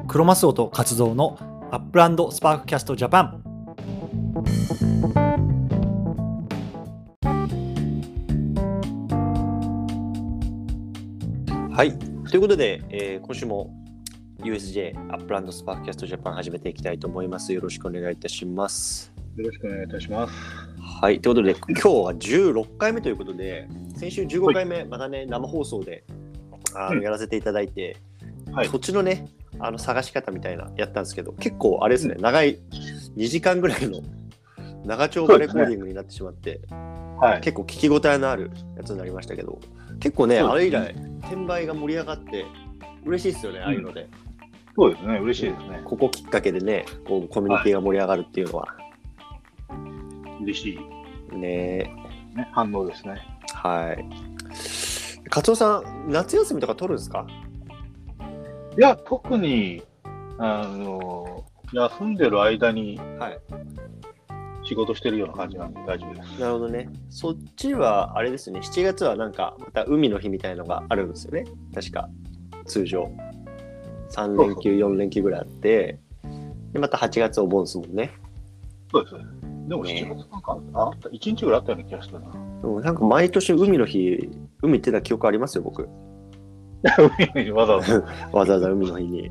クロマスオと活動のアップランドスパークキャストジャパン。はい、ということで、今週も USJ アップランドスパークキャストジャパン始めていきたいと思います。よろしくお願いいたします。 よろしくお願いいたします。 はい、ということで今日は16回目ということで、先週15回目、またね生放送でやらせていただいて、土地のね探し方みたいなやったんですけど、結構あれですね、長い2時間ぐらいの長丁場レコーディングになってしまって、結構聞き応えのあるやつになりましたけど、結構ねあれ以来転売が盛り上がって嬉しいですよね、ああいうので。 そうですね、嬉しいですね。 ここきっかけでね、こうコミュニティが盛り上がるっていうのは、 嬉しいね反応ですね。 はい。カツオさん、夏休みとか取るんですか？ いや、特に休んでる間に仕事してるような感じなんで大丈夫です。 なるほどね。そっちはあれですね、7月はなんかまた海の日みたいなのがあるんですよね、確か。通常3連休4連休ぐらいあって、でまた8月お盆ですもんね。 そうです。でも7月なんか1日ぐらいあったような気がするな。 なんか毎年海の日、海行ってた記憶ありますよ、僕。 海にわざわざわざわざ海の日に。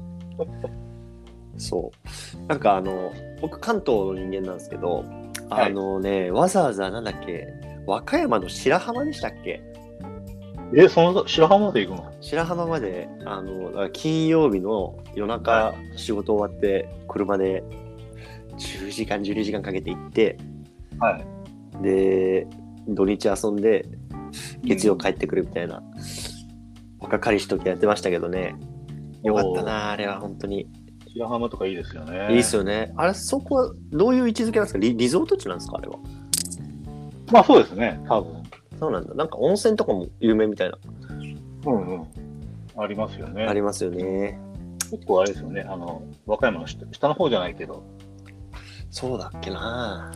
そうなんか僕関東の人間なんですけど、わざわざなんだっけ、和歌山の白浜でしたっけ？ その白浜まで行くの？白浜まで金曜日の夜中、仕事終わって車で10時間12時間かけて行って、で土日遊んで月曜帰ってくるみたいな、若かりし時やってましたけどね。よかったな、あれは本当に。 白浜とかいいですよね。 いいですよね。あれ、そこはどういう位置づけなんですか？リゾート地なんですか、あれは。 まあそうですね、多分。 そうなんだ。なんか温泉とかも有名みたいな。 ありますよね。 ありますよね。 結構あれですよね、和歌山の下の方じゃないけど。 そうだっけな。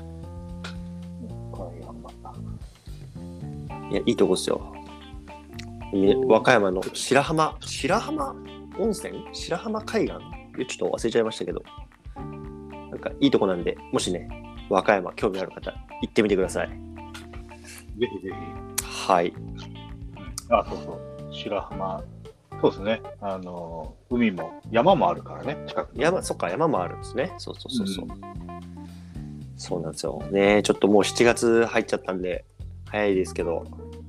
いや、いいとこっすよ。和歌山の白浜温泉、白浜海岸、ちょっと忘れちゃいましたけど、なんかいいとこなんで、もしね和歌山興味ある方行ってみてください。ぜひぜひ。 はい。 そうそう、白浜、そうですね。海も山もあるからね、近くに。 そっか、山もあるんですね。そう、そうなんですよね。ちょっともう7月入っちゃったんで早いですけど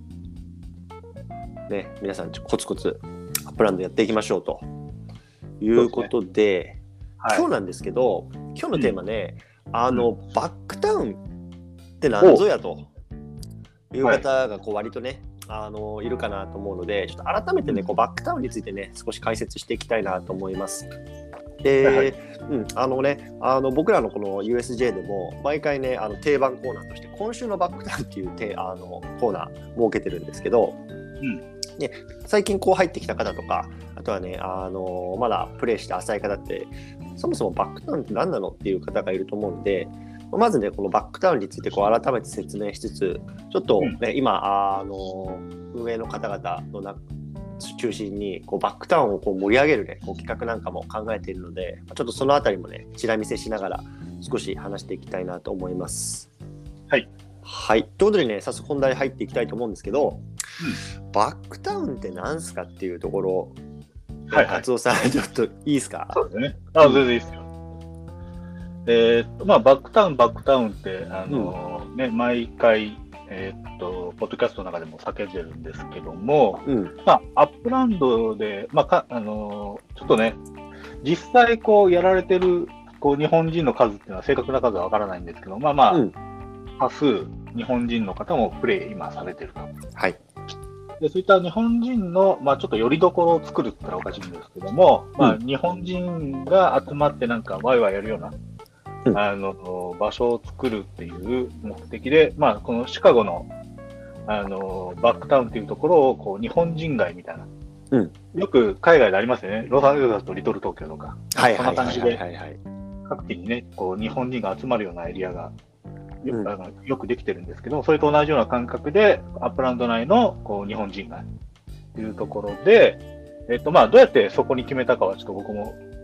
ね、皆さんコツコツアップランドやっていきましょうということで、今日なんですけど、今日のテーマね、バックタウンって何ぞやという方が割とね、いるかなと思うので、ちょっと改めてね、バックタウンについてね少し解説していきたいなと思います。で、僕らのこの USJ でも毎回ね定番コーナーとして今週のバックタウンっていうコーナー設けてるんですけど、最近入ってきた方とか、あとはねまだプレイして浅い方って、そもそもバックタウンって何なのっていう方がいると思うので、まずねこのバックタウンについて改めて説明しつつ、ちょっとね、今運営の方々の中心にバックタウンを盛り上げるね企画なんかも考えているので、ちょっとそのあたりもねちら見せしながら少し話していきたいなと思います。はい、ということでね、早速本題入っていきたいと思うんですけど、バックタウンって何すかっていうところ、勝尾さんちょっといいですか？ そうですね。全然いいですよ。バックタウンって毎回ポッドキャストの中でも叫んでるんですけども、アップランドで、ちょっとね、実際やられてる日本人の数っていうのは正確な数はわからないんですけど、多数日本人の方もプレイ今されてると。でそういった日本人の、ちょっと拠り所を作るって言ったらおかしいんですけども、日本人が集まってなんかワイワイやるような場所を作るっていう目的で、このシカゴの、バックタウンっていうところを日本人街みたいな、よく海外でありますよね。ロサンゼルスとリトル東京とか、そんな感じで各地にね日本人が集まるようなエリアがよくできてるんですけど、それと同じような感覚でアップランド内の日本人街というところで、どうやってそこに決めたかはちょっと僕も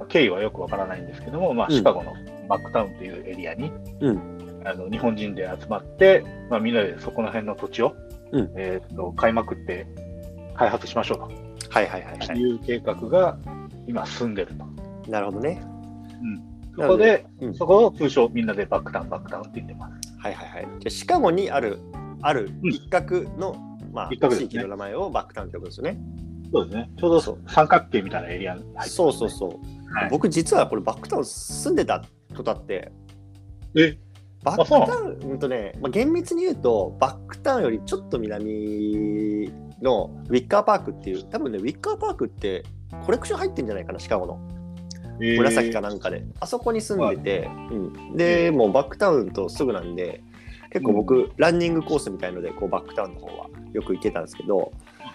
経緯はよくわからないんですけども、シカゴのバックタウンというエリアに、日本人で集まって、みんなでそこの辺の土地を、買いまくって開発しましょうと。いう計画が今進んでると。 なるほどね。 そこで、そこを通称みんなでバックタウンって言ってます。 じゃあシカゴにある一角の、地域の名前をバックタウンと呼ぶんですよね。 そうですね。ちょうど三角形みたいなエリアに入ってます、ね。 そう。僕実はこれバックタウン住んでたことあって。バックタウン厳密に言うとバックタウンよりちょっと南のウィッカーパークっていう、多分ねウィッカーパークってコレクション入ってんじゃないかな、シカゴの。紫かなんかで、あそこに住んでて、でもうバックタウンとすぐなんで、結構僕、ランニングコースみたいのでこうバックタウンの方はよく行ってたんですけど、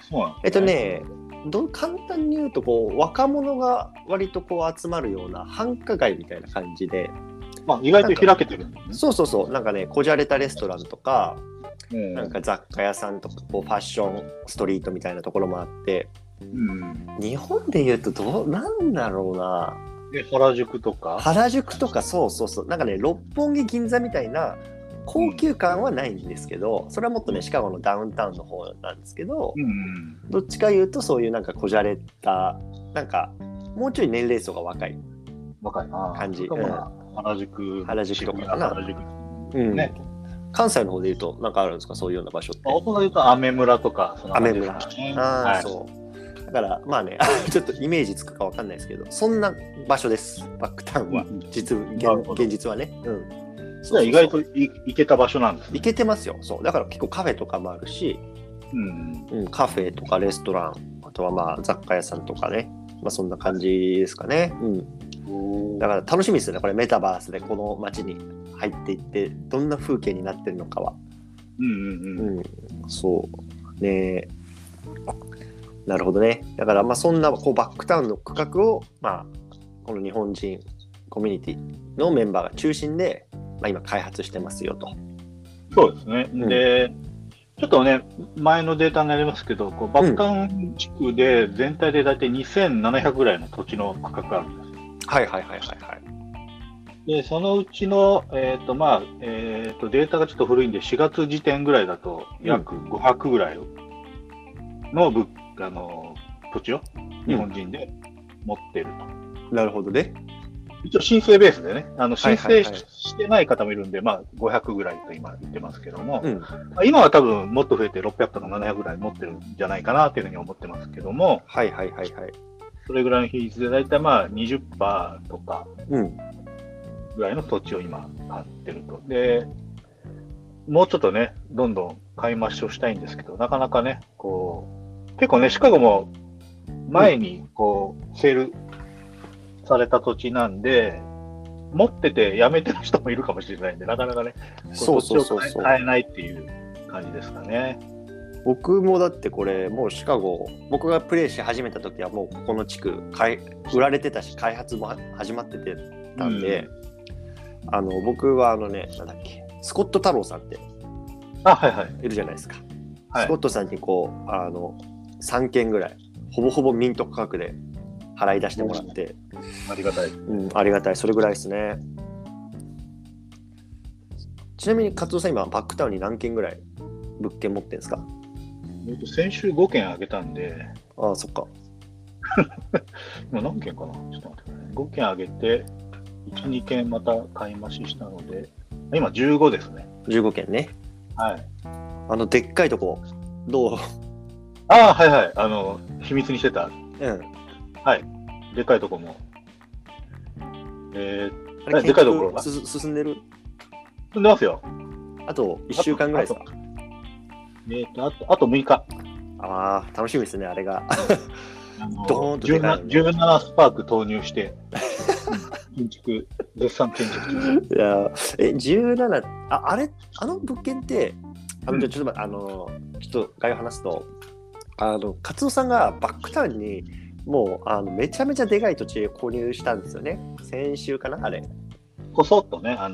簡単に言うとこう若者が割とこう集まるような繁華街みたいな感じで、 意外と開けてるんですね。 そうなんかね、こじゃれたレストランとか、なんか雑貨屋さんとかこうファッションストリートみたいなところもあって、日本で言うとなんだろうな。 原宿とかそうなんかね、六本木銀座みたいな高級感はないんですけど、それはもっとねシカゴのダウンタウンの方なんですけど、どっちか言うとそういうなんかこじゃれた、なんかもうちょい年齢層が若い感じ。 原宿とかかな。関西の方で言うとなんかあるんですか、そういうような場所って。 大人で言うとアメ村とか、 アメ村。そう。だからちょっとイメージつくかわかんないですけど、そんな場所です、バックタウンは。現実はね。 意外と行けた場所なんですね。 行けてますよ。そうだから結構カフェとかもあるし、カフェとかレストラン、あとは雑貨屋さんとかね、そんな感じですかね。だから楽しみですよね、これメタバースでこの街に入っていってどんな風景になってるのかは。そうね。なるほどね。だからそんなこうバックタウンの区画をこの日本人コミュニティのメンバーが中心で、今開発してますよと。 そうですね。で、ちょっとね前のデータになりますけど、バックタウン地区で全体で大体2700ぐらいの土地の区画があるんです。でそのうちのデータがちょっと古いんで4月時点ぐらいだと約500ぐらいの土地を日本人で持ってると。なるほどね。 一応申請ベースでね、申請してない方もいるんで、500ぐらいと今言ってますけども、今は多分もっと増えて600とか700ぐらい持ってるんじゃないかなというふうに思ってますけども、それぐらいの比率で大体20% とかぐらいの土地を今買ってると。で、もうちょっとね、どんどん買い増しをしたいんですけど、なかなかね、結構ね、シカゴも前にセールされた土地なんで、持ってて辞めてる人もいるかもしれないんで、なかなかね、土地を買えないっていう感じですかね。 僕もだってこれ、もうシカゴ、僕がプレイし始めた時はもうここの地区売られてたし、開発も始まってたんで、僕はなんだっけ、スコット太郎さんっているじゃないですか。スコットさんに3件ぐらい、ほぼほぼミント価格で払い出してもらって、 ありがたい。 ありがたい、それぐらいですね。ちなみに勝尾さん、今バックタウンに何件ぐらい物件持ってるんですか？ 先週5件あげたんで。 そっか。 今何件かな、ちょっと待ってください。5件あげて、1、2件また買い増ししたので、今15ですね。 15件ね。でっかいとこ、どう？ 秘密にしてた。でっかいとこも。でかいところが進んでる？ 進んでますよ。 あと1週間ぐらいですか？ あと6日。 楽しみですね、あれが。ドーンと 17スパーク投入して、絶賛建築中。 いや、17、あの物件って、ちょっと概要話すと、勝尾さんがバックタウンにもうめちゃめちゃでかい土地を購入したんですよね。先週かな、あれ。 こそっとね。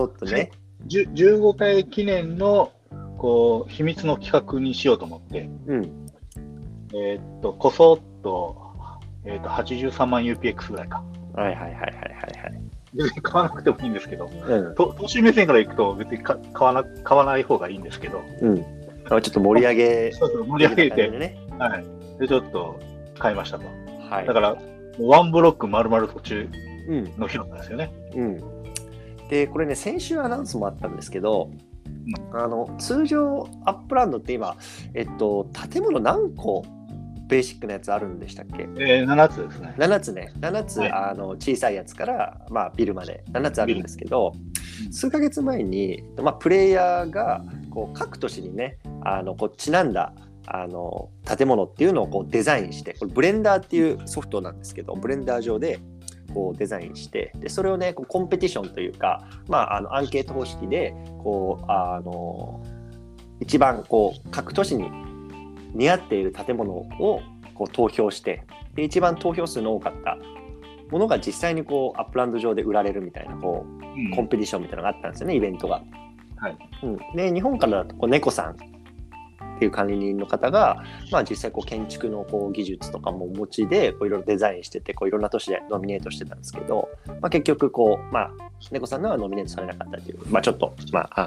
15 回記念の秘密の企画にしようと思って、こそっと83万 UPX ぐらいか。 はいはいはいはいはいはい。 別に買わなくてもいいんですけど、投資目線からいくと別に買わない方がいいんですけど、 ちょっと盛り上げ、 そう盛り上げて、ね、はい。で、ちょっと買いましたと。はい。だから、ワンブロック丸々途中の広さですよね。 で、これね、先週アナウンスもあったんですけど、通常アップランドって今、建物何個ベーシックなやつあるんでしたっけ ？7つですね。 7つね。7つ、はい、小さいやつから、ビルまで7つあるんですけど、数ヶ月前に、プレイヤーがこう各都市にね、こうちなんだ建物っていうのをこうデザインして、これブレンダーっていうソフトなんですけど、ブレンダー上でこうデザインして、でそれをねこうコンペティションというか、アンケート方式でこう一番こう各都市に似合っている建物をこう投票して、で一番投票数の多かったものが実際にこうアップランド上で売られるみたいなこう、コンペティションみたいなのがあったんですよね、イベントが。はい。で日本からだとこう猫さんっていう管理人の方が、実際こう建築のこう技術とかもお持ちでいろいろデザインしてて、こういろんな都市でノミネートしてたんですけど、結局こう、猫さんのはノミネートされなかったという、ちょっと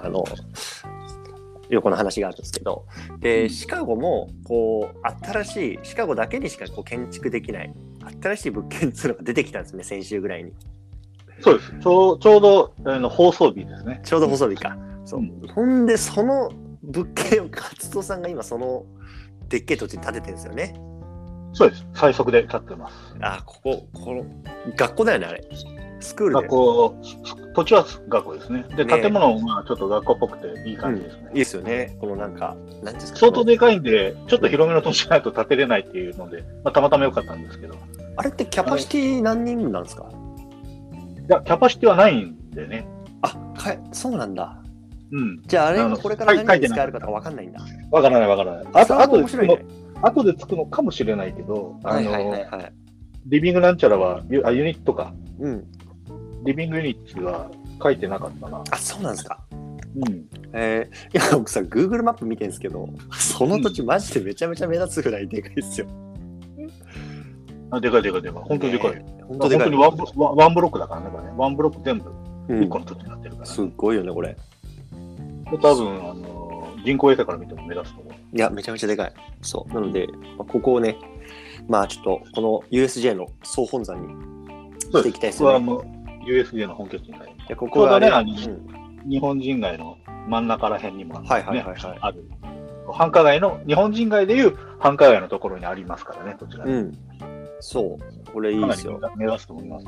横の話があるんですけど、でシカゴもこう新しいシカゴだけにしかこう建築できない新しい物件っていうのが出てきたんですね、先週ぐらいに。 そうです。ちょうど放送日ですね。 ちょうど放送日か。そう。ほんでその物件を勝戸さんが今そのでっけえ土地に建ててるんですよね。 そうです。最速で建ってます。 この学校だよね、あれ。スクールで。 学校、土地は学校ですね。で、建物はちょっと学校っぽくていい感じですね。 いいですよね。このなんですか。 相当でかいんで、ちょっと広めの土地ないと建てれないっていうので、たまたま良かったんですけど。 あれってキャパシティ何人なんですか？ いや、キャパシティはないんでね。 そうなんだ。じゃああれがこれから何に使えるか分かんないんだ。 分からない。後でつくのかもしれないけど、リビングなんちゃらは、ユニットか。リビングユニットは書いてなかったな。 そうなんですか。いや、僕さ、Google マップ見てるんですけど、その土地マジでめちゃめちゃ目立つぐらいでかいですよ。 でかい。本当にでかい。本当にワンブロックだからね、これね。ワンブロック全部、1個の土地になってるから、ね。 すごいよね、これ。 多分、人工衛星から見ても目立つと思う。 いや、めちゃめちゃでかい。そう。なので、ここをね、ちょっと、この USJ の総本山にしていきたいですよね。 ここはUSJ の本拠地になります。 ここがね、 日本人街の真ん中ら辺にもある。繁華街の、日本人街でいう繁華街のところにありますからね、こちら。そう。これいいですよ。目指すと思いますよ。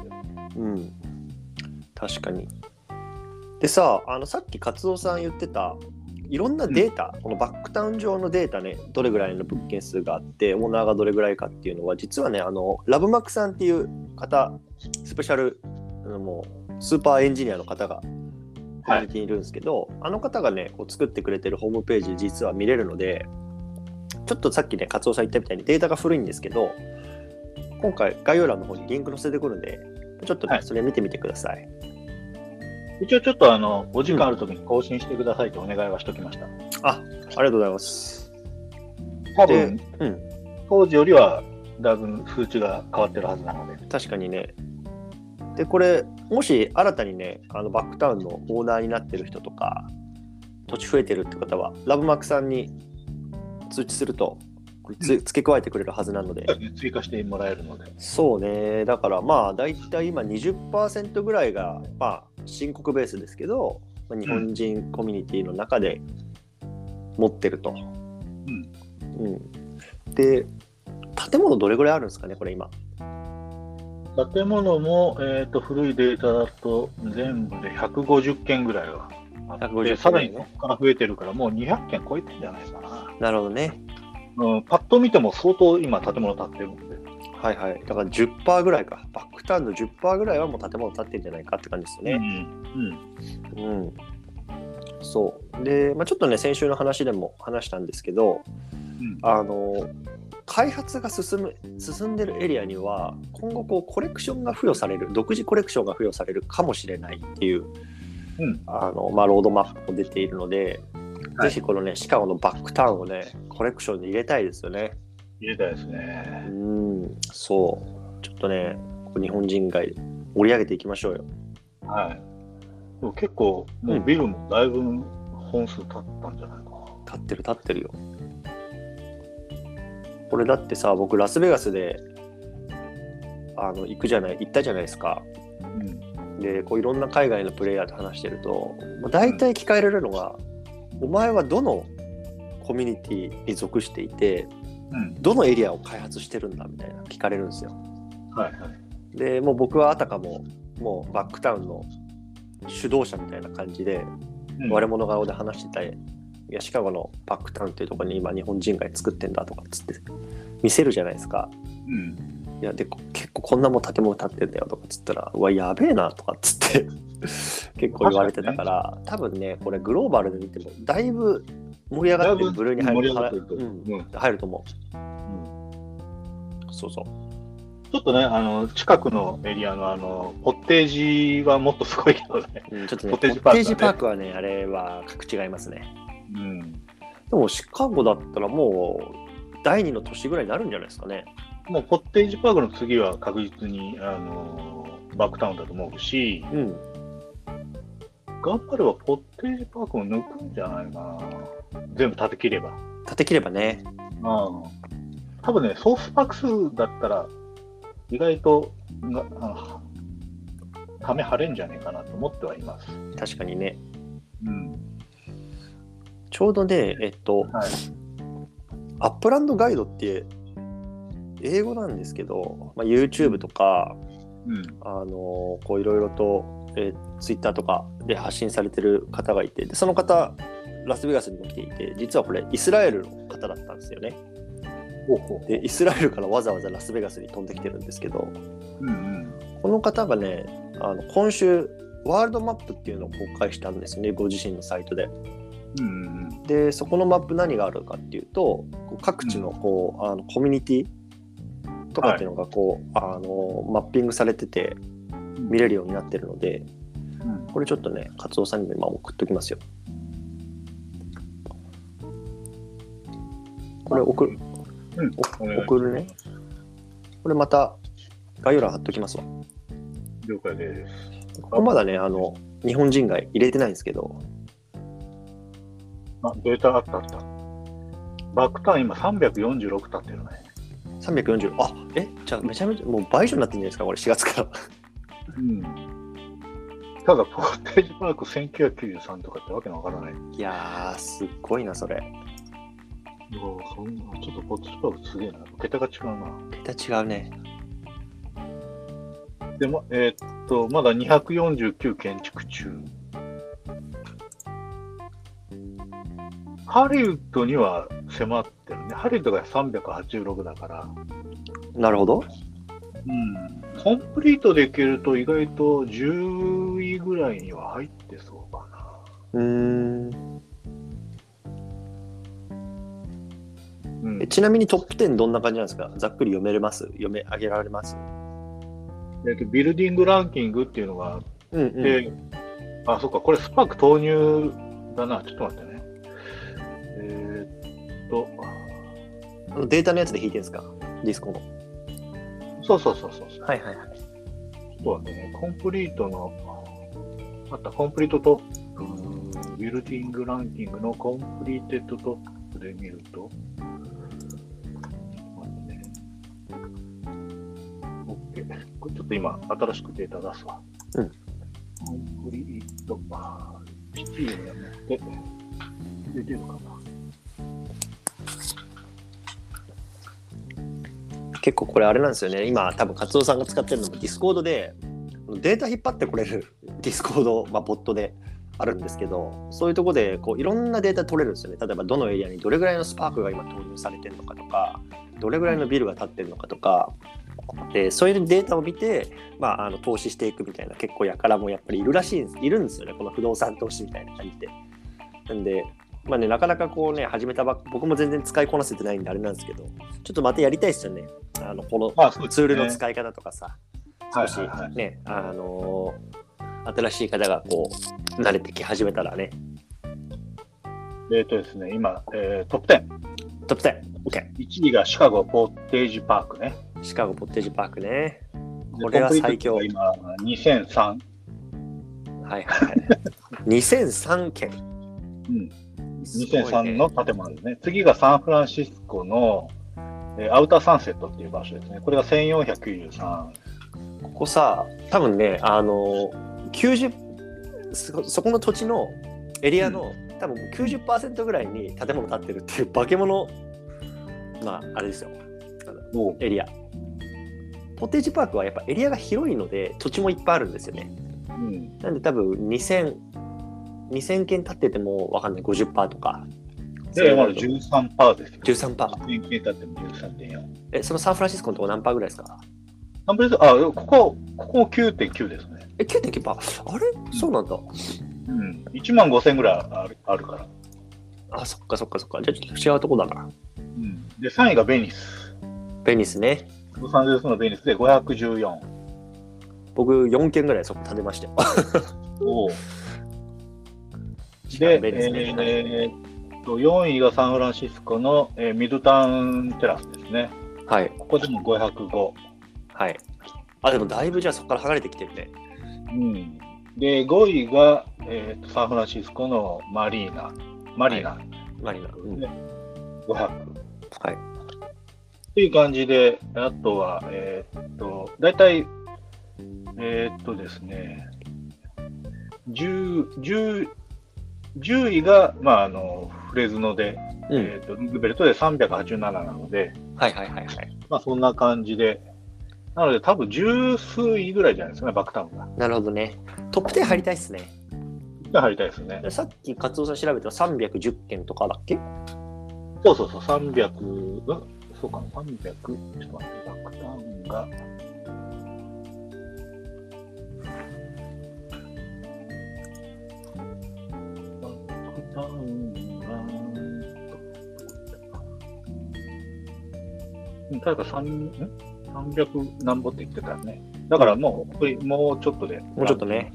確かに。でさ、さっき勝蔵さん言ってた、いろんなデータ、このバックタウン上のデータね、どれぐらいの物件数があって、オーナーがどれぐらいかっていうのは、実はね、ラブマックさんっていう方、スペシャル、もうスーパーエンジニアの方がコミュニティにいるんですけど、あの方がね、こう作ってくれてるホームページ実は見れるので、ちょっとさっきね、勝蔵さん言ったみたいにデータが古いんですけど、今回概要欄の方にリンク載せてくるんで、ちょっとね、それ見てみてください。 一応ちょっとお時間あるときに更新してくださいとお願いはしておきました。 ありがとうございます。 多分、当時よりはだいぶ数値が変わってるはずなので。 確かにね。で、これ、もし新たにね、バックタウンのオーナーになってる人とか、土地増えてるって方は、ラブマークさんに通知すると、付け加えてくれるはずなので。 追加してもらえるので。 そうね。だからだいたい今 20% ぐらいが、申告ベースですけど、日本人コミュニティの中で持ってると。で、建物どれぐらいあるんですかね、これ今。 建物も、古いデータだと全部で150件ぐらいはあって、さらにここから増えてるから、もう200件超えてるんじゃないかな。 なるほどね。 パッと見ても相当今建物建ってるんで。 だから 10% ぐらいか。バックタウンの 10% ぐらいはもう建物建ってるんじゃないかって感じですよね。そう。で、ちょっとね、先週の話でも話したんですけど、開発が進んでるエリアには、今後こうコレクションが付与される、独自コレクションが付与されるかもしれないっていう、ロードマップも出ているので、ぜひこのね、シカゴのバックタウンをね、コレクションに入れたいですよね。 入れたいですね。 そう。ちょっとね、 こ日本人街盛り上げていきましょうよ。 はい。でも結構もうビルもだいぶ本数経ったんじゃないかな。 経ってるよ。これだってさ、僕ラスベガスで行ったじゃないですか。でこういろんな海外のプレイヤーと話してると、大体聞かれるのが、お前はどのコミュニティに属していて、どのエリアを開発してるんだみたいな聞かれるんですよ。 はいはい。 でもう僕はあたかももうバックタウンの主導者みたいな感じで、我物顔で話してたいや、シカゴのバックタウンっていうところに今日本人街作ってんだとかっつって見せるじゃないですか。いやで結構こんなもん建物建ってんだよとかっつったら、うわやべえなとかっつって結構言われてたから、多分ねこれグローバルで見てもだいぶ盛り上がってる部類に入ると思う。そうそう。 ちょっとね、近くのエリアのポッテージはもっとすごいけどね。 ちょっとね、ポッテージパークはね、あれは格違いますね。でもシカゴだったらもう第2の都市ぐらいになるんじゃないですかね。 もうポッテージパークの次は確実にバックタウンだと思うし、頑張ればポッテージパークを抜くんじゃないかな。全部建て切れば。 建て切ればね。 多分ね、ソースパーク数だったら意外とため張れんじゃねえかなと思ってはいます。 確かにね。ちょうどね、アップランドガイドって英語なんですけど、YouTube とか、こういろいろと、Twitter とかで発信されてる方がいて、でその方ラスベガスにも来ていて、実はこれイスラエルの方だったんですよね。でイスラエルからわざわざラスベガスに飛んできてるんですけど、この方がね、今週ワールドマップっていうのを公開したんですよね、ご自身のサイトで。でそこのマップ何があるかっていうと、各地のこうコミュニティとかっていうのがこう、マッピングされてて見れるようになってるので、これちょっとね勝夫さんにも今送っときますよ。これ送るね。これまた概要欄貼っときますわ。 了解です。 ここまだね日本人街入れてないんですけど。 データあった。バックタウン今346立ってるね。 340。じゃあめちゃめちゃもう倍以上になってるんじゃないですか、これ4月から。 ただポッテージパーク1993とかってわけのわからない。 いやーすっごいなそれ。 ちょっとポッテージパークすげえな。桁が違うな。 桁違うね。 でもまだ249建築中。ハリウッドには迫ってるね。ハリウッドが386だから。 なるほど。 コンプリートでいけると意外と10位ぐらいには入ってそうかな。ちなみにトップ10どんな感じなんですか？ざっくり読み上げられます？ ビルディングランキングっていうのがあって、そっか、これスパーク投入だな。ちょっと待ってね。 データのやつで引いてるんですか？ディスコの。 そう。 はい。 ちょっと待ってね。コンプリートの、コンプリートトップ、ビルディングランキングのコンプリーテッドトップで見ると、これちょっと今、新しくデータ出すわ。コンプリート、シティをやめて、出てるかな。 結構これあれなんですよね。今多分勝夫さんが使ってるのもディスコードでデータ引っ張ってこれるディスコード、ボットであるんですけど、そういうところでこういろんなデータ取れるんですよね。例えばどのエリアにどれぐらいのスパークが今投入されてるのかとか、どれぐらいのビルが建ってるのかとかで、そういうデータを見て、投資していくみたいな結構やからもやっぱりいるんですよね、この不動産投資みたいな感じで。なんでなかなかこうね始めた僕も全然使いこなせてないんであれなんですけど、ちょっとまたやりたいですよね。このツールの使い方とかさ、少しね、新しい方がこう慣れてき始めたらね。 ですね、今、トップ10。 トップ10、OK。 1位がシカゴポッテージパークね。 シカゴポッテージパークね。 これは最強。 今、2003。 はいはいはい。2003件。 うん。2003の建物ですね。次がサンフランシスコの、アウターサンセットっていう場所ですね。これが1493。 ここさ、多分ね、そこの土地のエリアの、多分 90% ぐらいに建物建ってるっていう化け物、まあ、あれですよ。エリア。コテージパークはやっぱエリアが広いので、土地もいっぱいあるんですよね。なんで多分2000件建ってても分かんない、50% とか。 で、まだ 13% ですよ。 13%。 2000件建っても 13.4。 そのサンフランシスコのとこ何パーぐらいですか？ ここも 9.9 ですね。 9.9%？ あれ、そうなんだ。 1万5000ぐらいあるから。 あ、そっか。じゃあちょっと違うとこだな。 で、3位がベニス。 ベニスね。 ロサンゼルスのベニスで514。 僕4件ぐらいそこ建てましたよ。 で、4位がサンフランシスコの、ミドタウンテラスですね。 はい。 ここでも505。 はい。あ、でもだいぶじゃあそこから離れてきてるね。 で、5位が、サンフランシスコのマリーナ。500。 はい。 っていう感じで、あとは、だいたい、ですね、10位が、フレズノで、ルーズベルトで387なので、まあそんな感じで、なので多分十数位ぐらいじゃないですかね、バックタウンが。 なるほどね。トップ10入りたいっすね。 入りたいですね。 さっきカツオさん調べたら310件とかだっけ？ そう、300、そうかな、300、ちょっと待って、バックタウンが、確か300何ぼって言ってたよね。だからもうちょっとで。 もうちょっとね。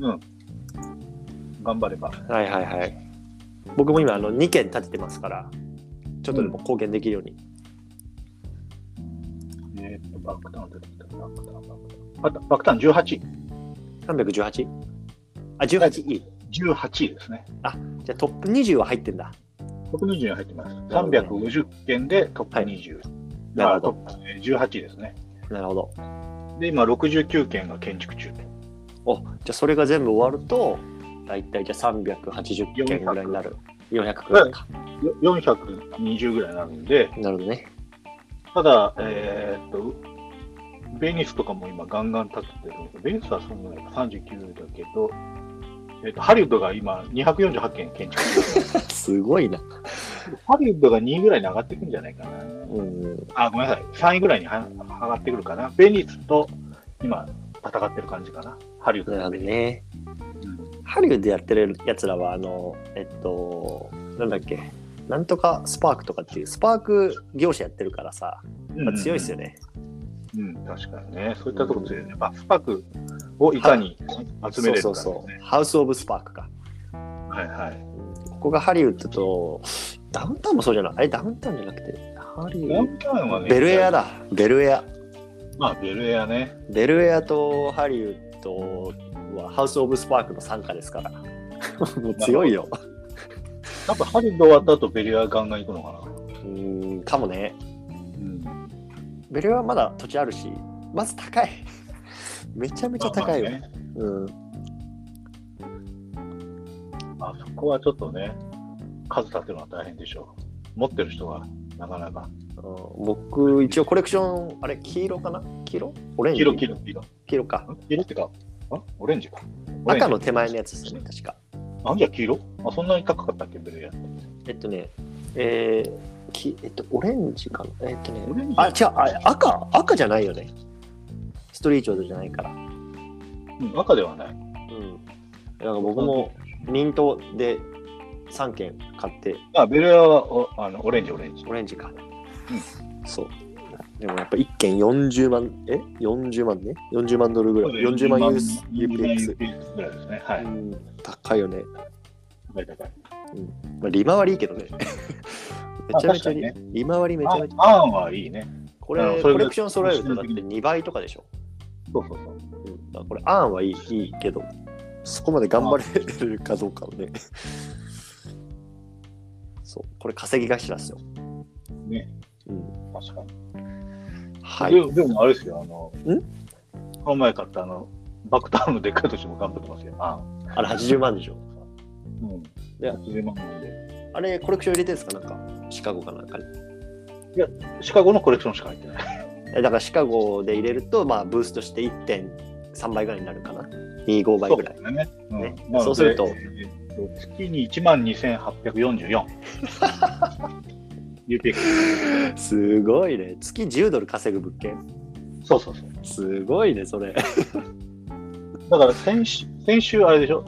頑張れば。 僕も今2件建ててますから、ちょっとでも貢献できるように。 バックタウン出てきた。バックタウン18。 318？ 18位。 18位ですね。 じゃあトップ20は入ってんだ。 トップ20に入ってます。350件でトップ20。 なるほど。 トップ18位ですね。 なるほど。 で、今69件が建築中。 じゃあそれが全部終わると、だいたいじゃあ380件ぐらいになる。400くらいか。 420ぐらいになるんで。 なるほどね。 ただ、ベニスとかも今ガンガン建ててるんですけど、ベニスはそんなに39だけど、ハリウッドが今248件建築中。 すごいな。 ハリウッドが2位ぐらいに上がってくるんじゃないかな。ごめんなさい。3位ぐらいに上がってくるかな。ベニスと今戦ってる感じかな。ハリウッド。 なるほどね。ハリウッドやってるやつらはなんだっけ、なんとかスパークとかっていうスパーク業者やってるからさ、強いですよね。 確かにね。そういったところ強いね。スパークをいかに集めれるか、ね。 そう。ハウス・オブ・スパークか。ここがハリウッドと、ダウンタウンもそうじゃない？あれダウンタウンじゃなくて、ハリウッド。ダウンタウンはね、ベルエアだ。ベルエア。 ベルエアね。 ベルエアとハリウッドはハウス・オブ・スパークの傘下ですから。もう強いよ。 多分ハリウッド終わった後ベルエアガンガン行くのかな。 かもね。ベルエアはまだ土地あるし、まず高い。めちゃめちゃ高いよ。 そこはちょっとね、数立てるのは大変でしょう。持ってる人はなかなか。 僕、一応コレクション、あれ、黄色かな？黄色？オレンジ？黄色か。 黄色ってか、オレンジか。 赤の手前のやつですね、確か。 じゃあ黄色？そんなに高かったっけ、ベルエアって。 オレンジかな。違う、赤じゃないよね。ストリートじゃないから。 赤ではない。 だから僕もミントで3件買って。 ベルエアはオレンジ。オレンジか。そう。でもやっぱ1件40万、40万ね。40万ドルぐらい。40万 UPX ぐらいですね。 高いよね。 高い。 利回りいいけどね。めちゃめちゃ利回りめちゃめちゃ。 はいいね。 これコレクション揃えるとだって2倍とかでしょ。 そうそうそう。 だからこれ、案はいいけど、そこまで頑張れるかどうかをね。そう、これ稼ぎ頭ですよ。 ね。確かに。 はい。 でもあれですよ、この前買ったバックタウンのでっかい土地も頑張ってますよ。あれ80万でしょ。 で、80万なんで。 あれ、コレクション入れてるんですか、なんか、シカゴかなんかに。 いや、シカゴのコレクションしか入ってない。 だからシカゴで入れると、まあ、ブーストして 1.3 倍ぐらいになるかな。2.5倍ぐらい。そうすると、 月に12,844。UPX。 すごいね。月10ドル稼ぐ物件。 そう。 すごいね、それ。 だから先週あれでしょ、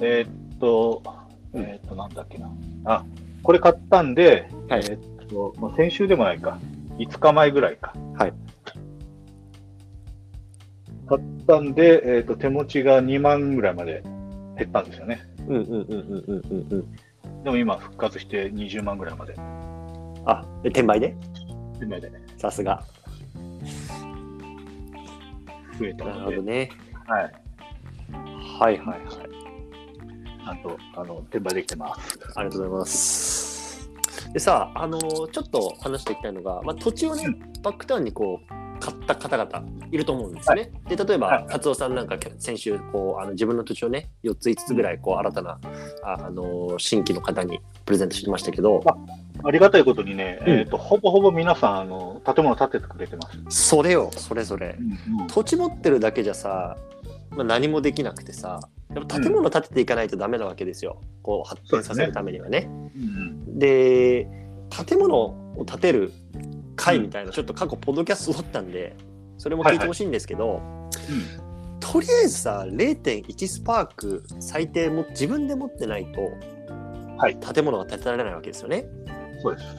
なんだっけな。これ買ったんで、先週でもないか。5日前ぐらいか。 はい。 買ったんで、手持ちが2万ぐらいまで減ったんですよね。でも今復活して20万ぐらいまで。 転売で？ 転売でね。 さすが。 増えたので。 なるほどね。はい。ちゃんと転売できてます。 ありがとうございます。でさ、ちょっと話していきたいのが、土地をね、バックタウンにこう買った方々いると思うんですよね。で、例えば、達夫さんなんか先週自分の土地をね、4つ5つぐらい新たな新規の方にプレゼントしてましたけど、 ありがたいことにね、ほぼほぼ皆さん建物建ててくれてます。 それ。土地持ってるだけじゃさ、何もできなくてさ、やっぱ建物建てていかないとダメなわけですよ。発展させるためにはね。で、建物を建てる会みたいな、ちょっと過去ポッドキャスト撮ったんで、それも聞いてほしいんですけど、とりあえずさ、0.1 スパーク最低も自分で持ってないと、建物が建てられないわけですよね。 そうです。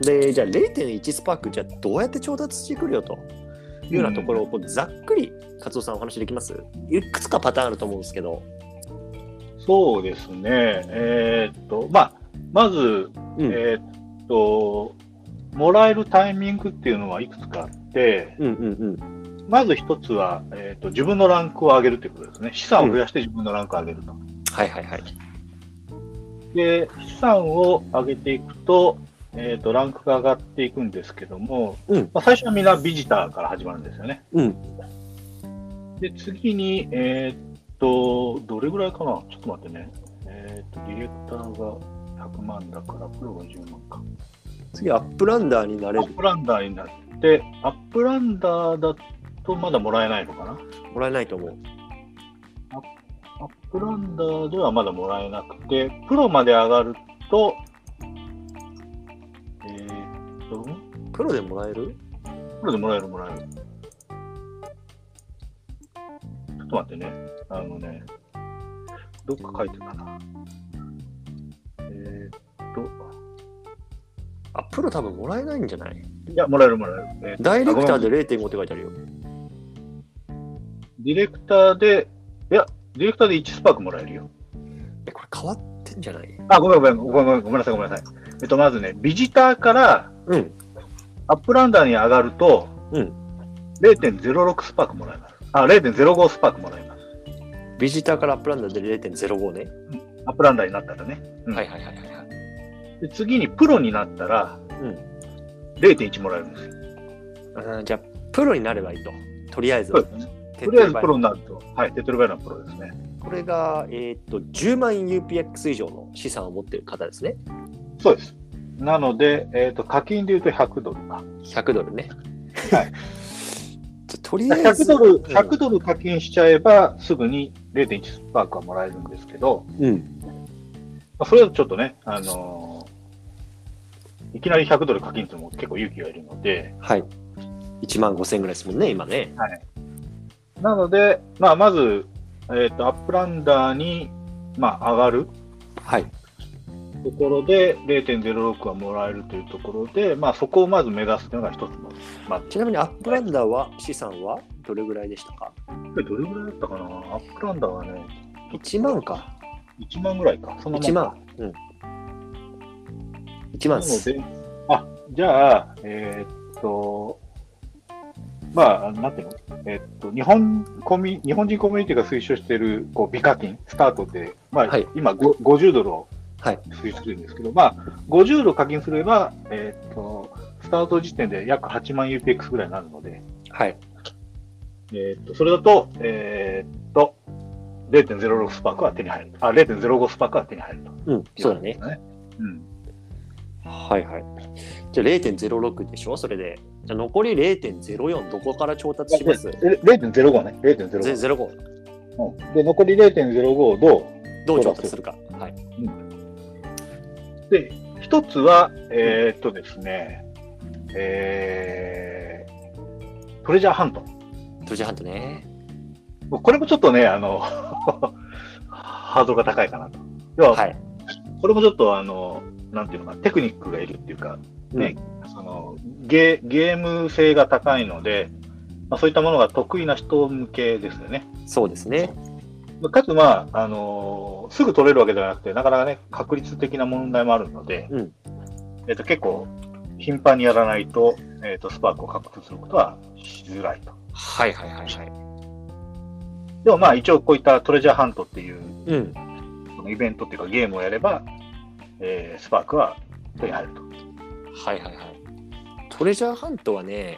で、じゃあ 0.1 スパークじゃあどうやって調達してくるよというようなところをざっくり勝夫さんお話できます？いくつかパターンあると思うんですけど。 そうですね。まず、もらえるタイミングっていうのはいくつかあって、まず一つは、自分のランクを上げるということですね。資産を増やして自分のランクを上げると。で、資産を上げていくと、ランクが上がっていくんですけども、最初はみんなビジターから始まるんですよね。で、次に、どれぐらいかな、ちょっと待ってね。ディレクターが100万だから、プロが10万か。 次、アップランダーになれる。 アップランダーになって、アップランダーだとまだもらえないのかな？ もらえないと思う。 アップランダーではまだもらえなくて、プロまで上がると、 プロでもらえる？ プロでもらえる。ちょっと待ってね。どっか書いてたな。 プロ多分もらえないんじゃない？ いや、もらえる。 ダイレクターで 0.5 って書いてあるよ。 ディレクターで1スパークもらえるよ。 これ変わってんじゃない？ ごめんなさい。まずね、ビジターから、アップランダーに上がると、0.06 スパークもらえます。0.05 スパークもらえます。 ビジターからアップランダーで 0.05 ね。 アップランダーになったらね。で、次にプロになったら、0.1 もらえるんですよ。 じゃあ、プロになればいいと。とりあえず。 そうですね。とりあえずプロになると、手っ取り早いのはプロですね。 これが、10万 UPX 以上の資産を持っている方ですね。 そうです。なので、課金でいうと100ドルか。 100ドルね。 とりあえず100ドル課金しちゃえば、すぐに 0.1 スパークはもらえるんですけど、それだとちょっとね、いきなり100ドル課金っても結構勇気がいるので、 1万5000円ぐらいですもんね、今ね。 なので、まず、アップランダーに、上がるところで 0.06 はもらえるというところで、そこをまず目指すというのが一つの。 ちなみにアップランダーは資産はどれぐらいでしたか？ どれぐらいだったかな？アップランダーはね、 1万か。 1万ぐらいか。その 1万。1万です。 じゃあ、 なんていうの、日本人コミュニティが推奨しているこう美課金、スタートで、はい、今50ドルを推奨するんですけど、50ドル課金すれば、スタート時点で約8万 UPX ぐらいになるので、 はい。 それだと、0.06 スパークは手に入る。0.05 スパークは手に入ると。 そうだね。はいはい。じゃあ 0.06 でしょそれで。じゃあ残り 0.04 どこから調達します ?0.05 ね。0.05。で、残り 0.05 をどう調達するか。はい。 で、一つは、ですね、トレジャーハント。 トレジャーハントね。 これもちょっとね、ハードルが高いかなと。要は、これもちょっと、なんていうのかな、テクニックがいるっていうか、ね、ゲーム性が高いので、そういったものが得意な人向けですよね。 そうですね。 かつ、すぐ取れるわけではなくて、なかなかね、確率的な問題もあるので、結構、頻繁にやらないと、スパークを獲得することはしづらいと。 はいはいはいはい。 でも一応こういったトレジャーハントっていう、イベントっていうかゲームをやれば、スパークは手に入ると。 はいはいはい。トレジャーハントはね、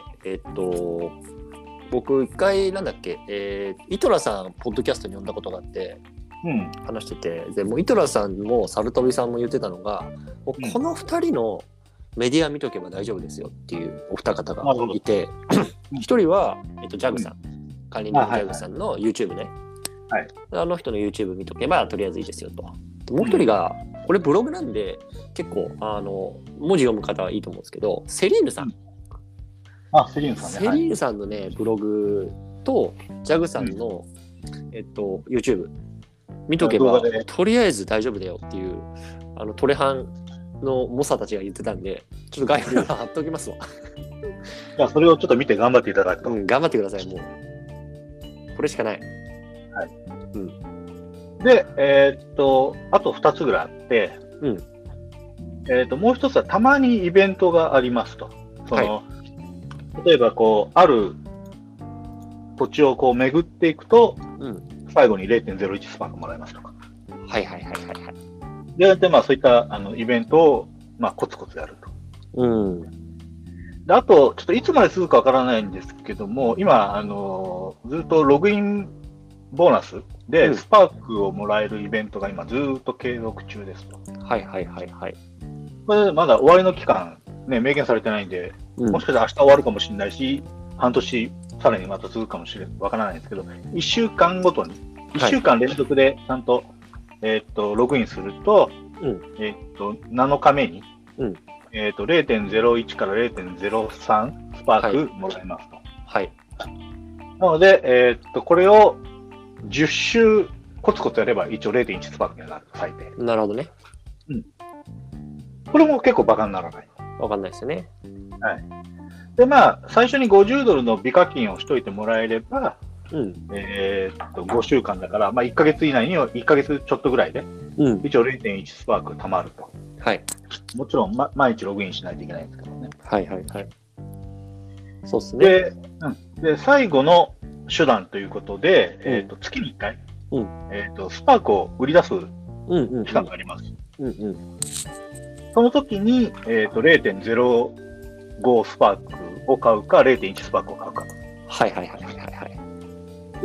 僕一回イトラさんポッドキャストに呼んだことがあって、話してて、でもうイトラさんもサルトビさんも言ってたのが、もうこの2人のメディア見とけば大丈夫ですよっていうお二方がいて、一人は、ジャグさん、管理人のジャグさんの YouTube ね。あの人の YouTube 見とけばとりあえずいいですよと。もう一人が、これブログなんで結構文字読む方はいいと思うんですけど、セリーヌさん。 セリーヌさんね。 セリーヌさんのね、ブログとジャグさんの、YouTube 見とけばとりあえず大丈夫だよっていうトレハンの猛者たちが言ってたんで、ちょっと概要欄貼っておきますわ。 じゃあそれをちょっと見て頑張っていただくと。 頑張ってください、もう。これしかない。 はい。で、あと2つぐらいあって、もう一つはたまにイベントがありますと。例えばある土地を巡っていくと、最後に 0.01 スパークもらえますとか。 はいはいはいはいはい。 で、そういったイベントを、コツコツやると。で、あと、ちょっといつまで続くかわからないんですけども、今、ずっとログインボーナスでスパークをもらえるイベントが今ずっと継続中ですと。 はいはいはいはい。 これまだ終わりの期間、ね、明言されてないんで、もしかしたら明日終わるかもしれないし、半年さらにまた続くかもしれない、わからないんですけど、1週間ごとに、1週間連続でちゃんと、ログインすると、7日目に、0.01 から 0.03 スパークもらえますと。 はい。 なので、これを10週コツコツやれば一応 0.1 スパークになる、最低。 なるほどね。 これも結構バカにならない。 わかんないですよね。 はい。で、最初に50ドルの美課金をしといてもらえれば、5週間だから、1ヶ月以内に、1ヶ月ちょっとぐらいで、一応 0.1 スパーク貯まると。 はい。 もちろん、毎日ログインしないといけないんですけどね。 はいはいはい。そうですね。 で、最後の手段ということで、月に1回、スパークを売り出す期間があります。その時に、0.05 スパークを買うか、0.1 スパークを買うか。 はいはいはいはいはい。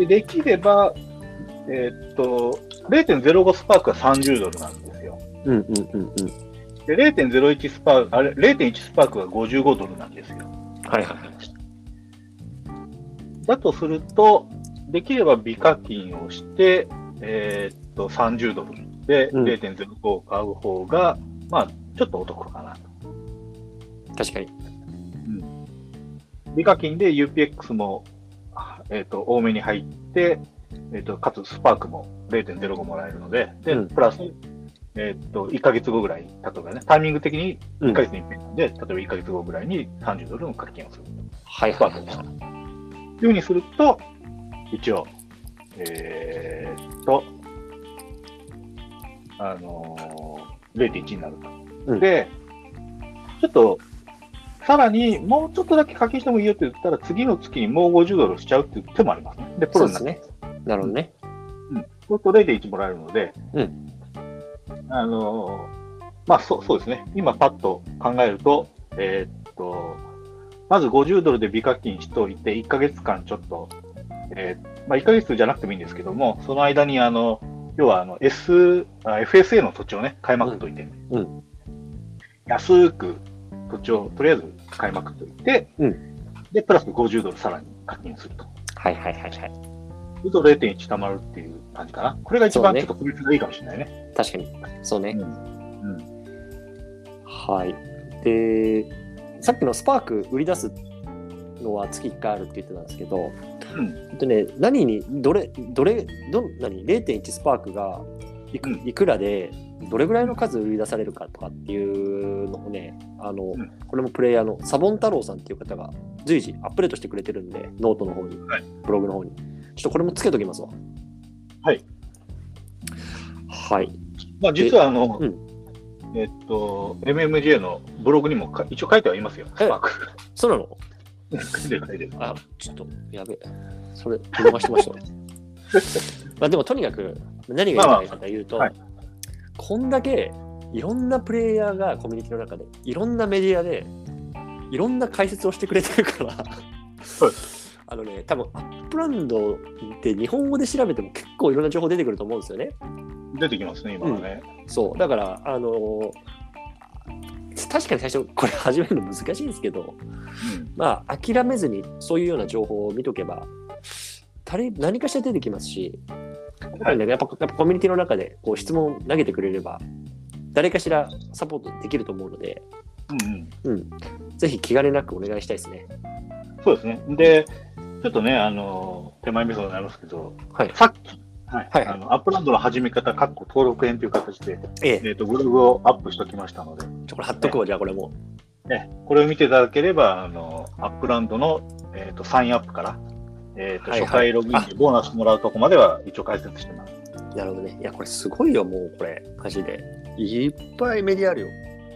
できれば、0.05 スパークは30ドルなんですよ。で、0.01 スパーク、0.1 スパークは55ドルなんですよ。 はいはいはい。 だとすると、できれば美課金をして、30ドルで 0.05 を買う方が、ちょっとお得かなと。 確かに。 美課金で UPX も、多めに入って、かつスパークも 0.05 もらえるので、プラス、1ヶ月後ぐらい、例えばね、タイミング的に1ヶ月に一遍なんで、例えば1ヶ月後ぐらいに30ドルの課金をする。 はいはいはい。 というふうにすると、一応、0.1 になると。で、ちょっと、 さらにもうちょっとだけ課金してもいいよって言ったら、次の月にもう50ドルしちゃうっていう手もありますね。で、プロになって。 そうですね。なるほどね。 うん。そうすると 0.1 もらえるので、 うん。 まあそうですね。今パッと考えると、まず50ドルで微課金しておいて、1ヶ月間ちょっと、まあ1ヶ月じゃなくてもいいんですけども、その間に要はFSA の土地をね、買いまくっといて、 うん。 安く土地をとりあえず買いまくっといて、 うん。 で、プラス50ドルさらに課金すると。 はいはいはいはい。 すると 0.1 貯まるっていう感じかな。これが一番ちょっと効率がいいかもしれないね。 確かに。そうね。 うん。 はい。で、さっきのスパーク売り出すのは月1回あるって言ってたんですけど、何に0.1 スパークがいくらでどれぐらいの数売り出されるかとかっていうのをね、これもプレイヤーのサボン太郎さんっていう方が随時アップデートしてくれてるんで、ノートの方に、ブログの方にちょっとこれもつけときますわ。 はい。 はい。 まあ実はMMJ のブログにも一応書いてはいますよ、スパーク。 そうなの？ 書いてる。 あ、ちょっとやべえ。それ見逃してましたね。まあでもとにかく何が言いたいかというと、こんだけいろんなプレイヤーがコミュニティの中でいろんなメディアでいろんな解説をしてくれてるから多分アップランドって日本語で調べても結構いろんな情報出てくると思うんですよね。 出てきますね、今はね。 そうだから確かに最初これ始めるの難しいんですけど、まあ諦めずにそういうような情報を見とけば何かしら出てきますし、やっぱコミュニティの中でこう質問投げてくれれば誰かしらサポートできると思うので、ぜひ気兼ねなくお願いしたいですね。 そうですね。で、ちょっとね、手前味噌になりますけど、さっき、アップランドの始め方、登録編という形で、ブログをアップしておきましたので。 これ貼っとくわ、じゃあこれも。 これを見ていただければ、アップランドの、サインアップから、初回ログインでボーナスもらうとこまでは一応解説してます。 なるほどね。いや、これすごいよ、もうこれ、マジで。いっぱいメディアあるよ。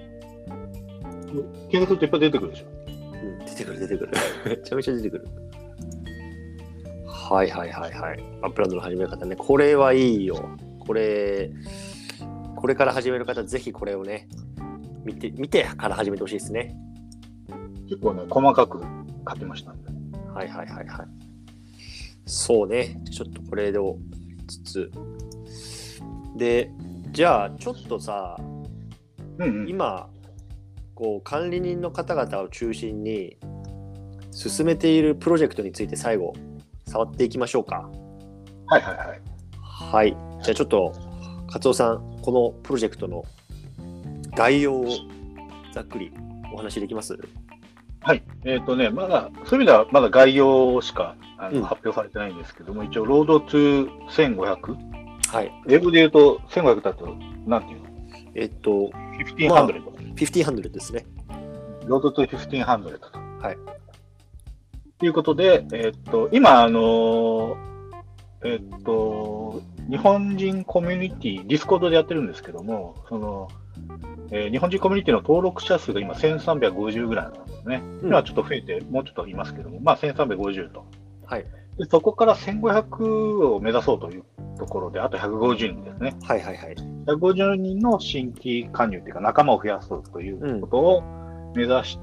検索するといっぱい出てくるでしょ。 出てくる。めちゃめちゃ出てくる。はい。アップランドの始め方ね。これはいいよ。これから始める方、ぜひこれをね、見てから始めてほしいですね。 結構ね、細かく書きましたんで。 はい。そうね。ちょっとこれをつつ。で、じゃあ、ちょっとさ、今、こう管理人の方々を中心に進めているプロジェクトについて最後触っていきましょうか。はい。じゃあちょっと勝尾さん、このプロジェクトの概要をざっくりお話できます？ はい。まだそういう意味ではまだ概要しか発表されてないんですけども、一応ロードトゥ1500。 はい。 英語で言うと1500だとなんていうの ？1500。1500ですね。 ロードトゥ1500と。 はい。 ということで、今、日本人コミュニティ、ディスコードでやってるんですけども、日本人コミュニティの登録者数が今1350ぐらいなんですね。今はちょっと増えて、もうちょっといますけども、まあ1350と。 はい。 でそこから1500を目指そうというところで、あと150人ですね。150人の新規加入というか、仲間を増やすということを目指して、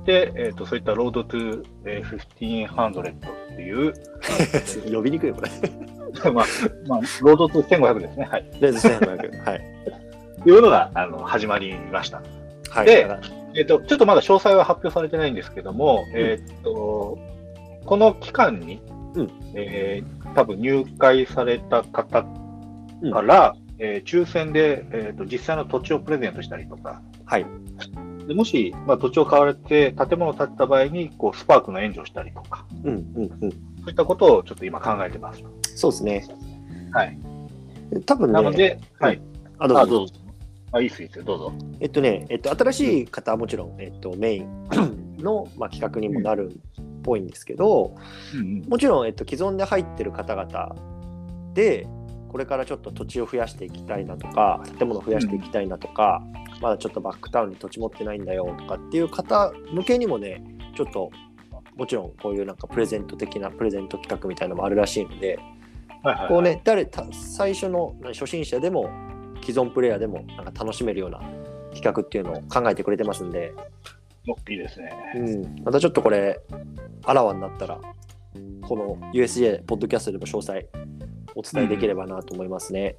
そういったロードトゥ1500っていう。 呼びにくいよ、これ。 まあ、ロードトゥ1500ですね。はい。 ロードトゥ1500。はい。 というのが始まりました。 はい。 で、ちょっとまだ詳細は発表されてないんですけども、この期間に、多分入会された方から、抽選で、実際の土地をプレゼントしたりとか、でもし、土地を買われて建物を建てた場合にこうスパークの援助をしたりとか、そういったことをちょっと今考えてます。 そうですね。 はい。 多分ね。 なので、はい。どうぞ。いいですよ、どうぞ。 新しい方はもちろん、メインの、企画にもなるっぽいんですけど、もちろん、既存で入ってる方々で、 これからちょっと土地を増やしていきたいなとか、建物を増やしていきたいなとか、まだちょっとバックタウンに土地持ってないんだよとかっていう方向けにもね、ちょっともちろんこういうなんかプレゼント企画みたいなのもあるらしいので、こうね、最初の初心者でも既存プレイヤーでもなんか楽しめるような企画っていうのを考えてくれてますんで、 いいですね。 またちょっとこれあらわになったらこの USJ ポッドキャストでも詳細お伝えできればなと思いますね。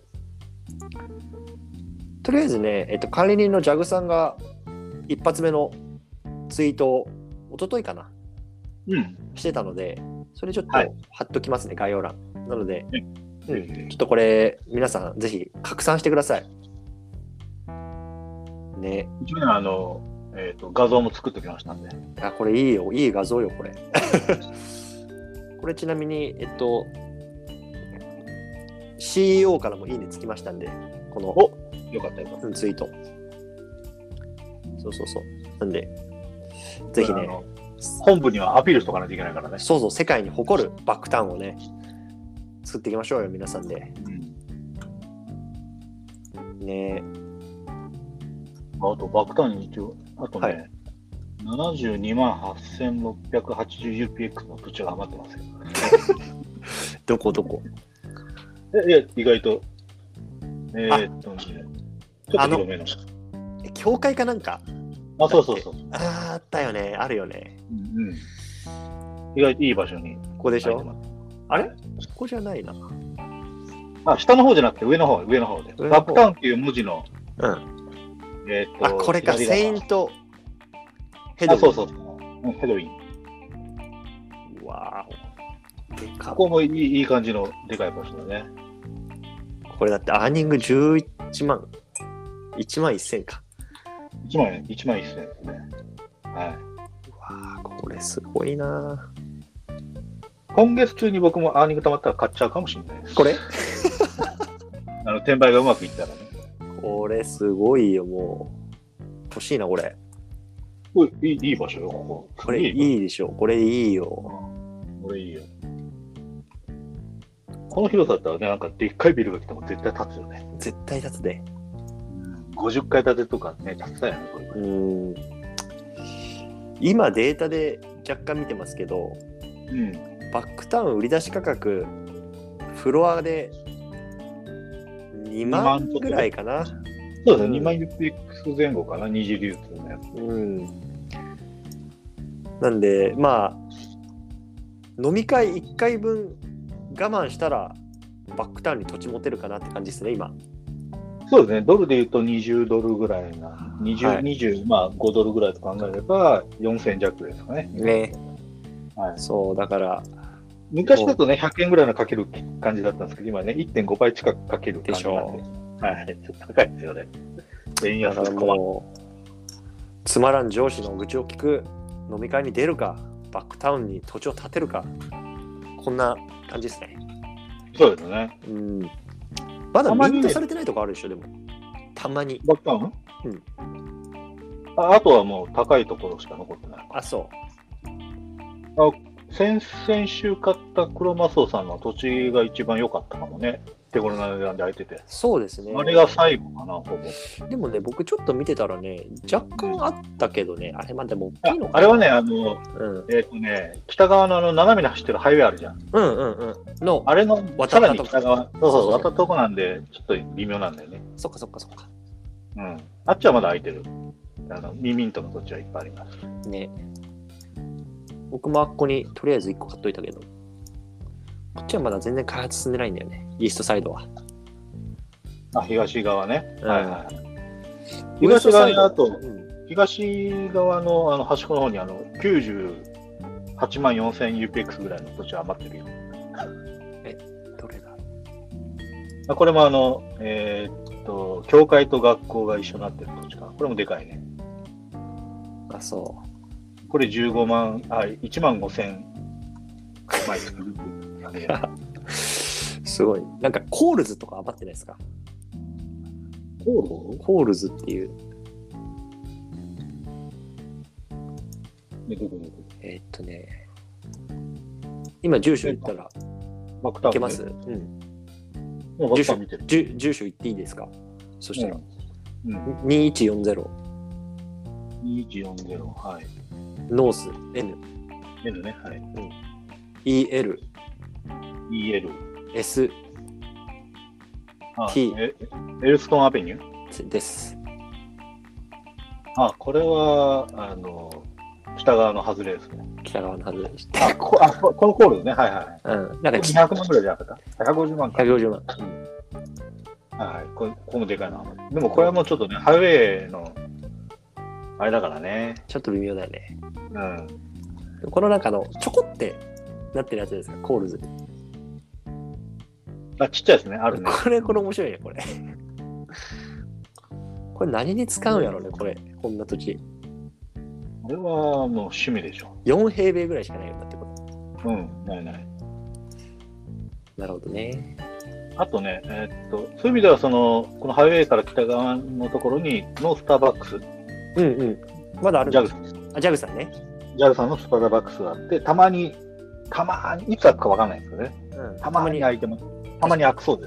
とりあえずね、管理人のジャグさんが一発目のツイートを一昨日かな、してたので、それちょっと貼っときますね、概要欄。なので、ちょっとこれ皆さんぜひ拡散してください。ね。 一応画像も作ってきましたんで。 これいいよ、いい画像よこれ。これちなみにCEO からもいいねつきましたんで、このよかったツイート。そう。なんでぜひね、 本部にはアピールしとかないといけないからね。 そう、世界に誇るバックタウンをね作っていきましょうよ皆さんで。ね。 あとバックタウンに一応あとね、72万 8680UPX の土地が余ってますよ。 どこ？ いや意外とちょっと広めの教会かなんか。 そう。 あったよね、あるよね。 意外といい場所に。 ここでしょ？あれ？ここじゃないな。 下の方じゃなくて上の方で。バックタウンっていう文字の。 これか、セイントヘドウィン。 そう。ヘドウィン。 わーお。でかっ。 ここもいい感じのでかい場所だね。 これだってアーニング11万。1万1000か。 1万1000ですね。はい。 わあ、これすごいな。 今月中に僕もアーニング溜まったら買っちゃうかもしれないです。 これ転売がうまくいったらね。 これすごいよ、もう。欲しいな、これ。 いい場所よ、ここ。 これいいでしょ。これいいよ。 これいいよ。この広さだったらね、なんかでっかいビルが来ても絶対建つよね。 絶対建つね。 50階建てとかね、建てたよね、これ。 今データで若干見てますけど、バックタウン売り出し価格、フロアで2万ぐらいかな。 そうですね、2万 UPX 前後かな、二次流通のやつ。 なんで、まあ、飲み会1回分我慢したら、バックタウンに土地持てるかなって感じですね、今。 そうですね、ドルで言うと20ドルぐらいな、まあ5ドルぐらいと考えれば、4000弱ですかね。そう、だから。昔だとね、100円ぐらいのかける感じだったんですけど、今ね、1.5 倍近くかける感じなんで。ちょっと高いですよね。円安だからもう、 つまらん上司の愚痴を聞く飲み会に出るか、バックタウンに土地を建てるか、こんな感じですね。 そうですね。 まだミントされてないとこあるでしょ、でも。たまに。 バックタウン？あとはもう高いところしか残ってない。 そう。 先々週買ったクロマソーさんの土地が一番良かったかもね。手頃な値段で空いてて。 そうですね。 あれが最後かな、ほぼ。 でもね、僕ちょっと見てたらね、若干あったけどね、あれまでも大きいのかな。 あれはね、北側の斜めに走ってるハイウェイあるじゃん。あれのさらに北側、渡ったとこなんで、ちょっと微妙なんだよね。 そっか。 あっちはまだ空いてる。ミントの土地はいっぱいあります。 ね。僕もあっこにとりあえず1個買っといたけど、こっちはまだ全然開発進んでないんだよね、イーストサイドは。 東側ね。東側にあと、東側の端っこの方に98万 4000UPX ぐらいの土地余ってるよ。 どれだ？これも教会と学校が一緒になってる土地かな。これもでかいね。 そう。 これ15万、1万5000枚作る。 すごい。なんかコールズとか余ってないですか？コールズっていう。今住所言ったらいけます？ 住所見てる。 住所言っていいですか？そしたら。 2140。2140、はい。 ノース、N。 N ね、はい。 EL。S。T。 エルストンアベニューです。 これは、北側の外れですね。 北側の外れでした。このコールですね。はいはい。 なんか 200万ぐらいじゃなかった ?150 万か。 150万。 はい。このでかいな。でもこれはもうちょっとね、ハイウェイの、あれだからね。 ちょっと微妙だよね。このなんかちょこってなってるやつですか、コールズ。 ちっちゃいですね、あるね。 これ面白いね、これ。これ何に使うんやろね、これ。こんな土地。 これはもう趣味でしょ。 4平米ぐらいしかないんだってこと。 ない。 なるほどね。 あとね、そういう意味ではこのハイウェイから北側のところにのスターバックス。 まだあるんジャグさんね。 ジャグさんのスターバックスがあって、たまに、いつ開くかわかんないですよね。たまに開いてます。たまに開くそうです。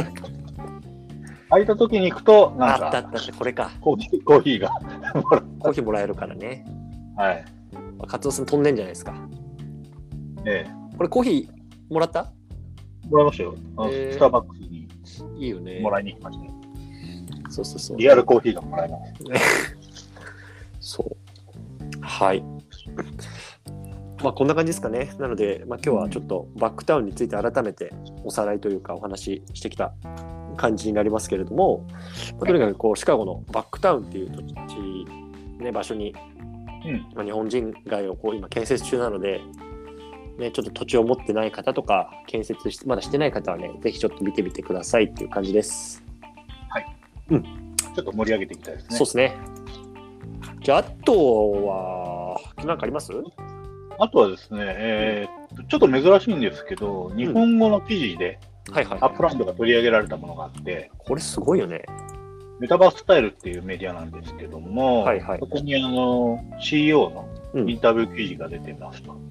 開いた時に行くと、なんか、 あった、これか。 コーヒーが。 コーヒーもらえるからね。 はい。 カツオさん飛んでんじゃないですか。これコーヒーもらった？ もらいましたよ。スターバックスに。 いいよね。 もらいに行きましたね。 そう。 リアルコーヒーがもらえます。 そう。はい。こんな感じですかね。なので、今日はちょっとバックタウンについて改めておさらいというかお話ししてきた感じになりますけれども、とにかくシカゴのバックタウンっていう土地、場所に、日本人街を今建設中なので、ちょっと土地を持ってない方とか建設まだしてない方はね、ぜひちょっと見てみてくださいっていう感じです。 はい。ちょっと盛り上げていきたいですね。 そうですね。じゃあ、あとは何かあります？ あとはですね、ちょっと珍しいんですけど、日本語の記事で、アップランドが取り上げられたものがあって、 これすごいよね。 メタバーススタイルっていうメディアなんですけども、そこにCEO のインタビュー記事が出てますと。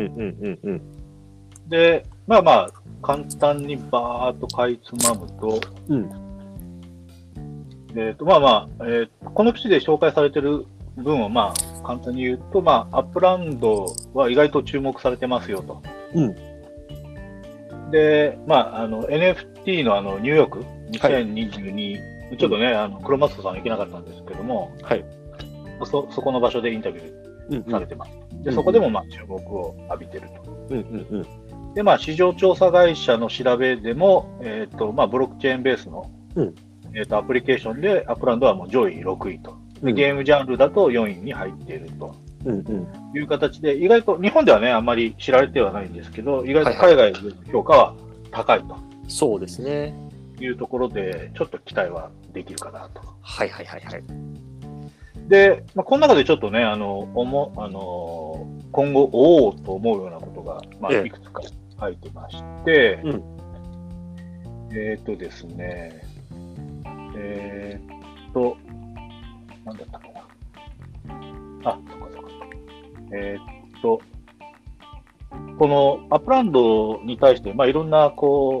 で、簡単にバーっとかいつまむと、この記事で紹介されている分を簡単に言うと、アップランドは意外と注目されてますよと。で、NFT のニューヨーク2022、ちょっとね、黒マスクさんは行けなかったんですけども、そこの場所でインタビューされてます。で、そこでも注目を浴びてると。で、市場調査会社の調べでも、ブロックチェーンベースの、アプリケーションでアップランドはもう上位6位と。でゲームジャンルだと4位に入っているという形で、意外と日本ではね、あんまり知られてはないんですけど、意外と海外での評価は高いと。 そうですね。 いうところで、ちょっと期待はできるかなと。 はい。 で、この中でちょっとね、今後、おおと思うようなことが、いくつか書いてまして、ですね、なんだったかな。このアップランドに対して、いろんな、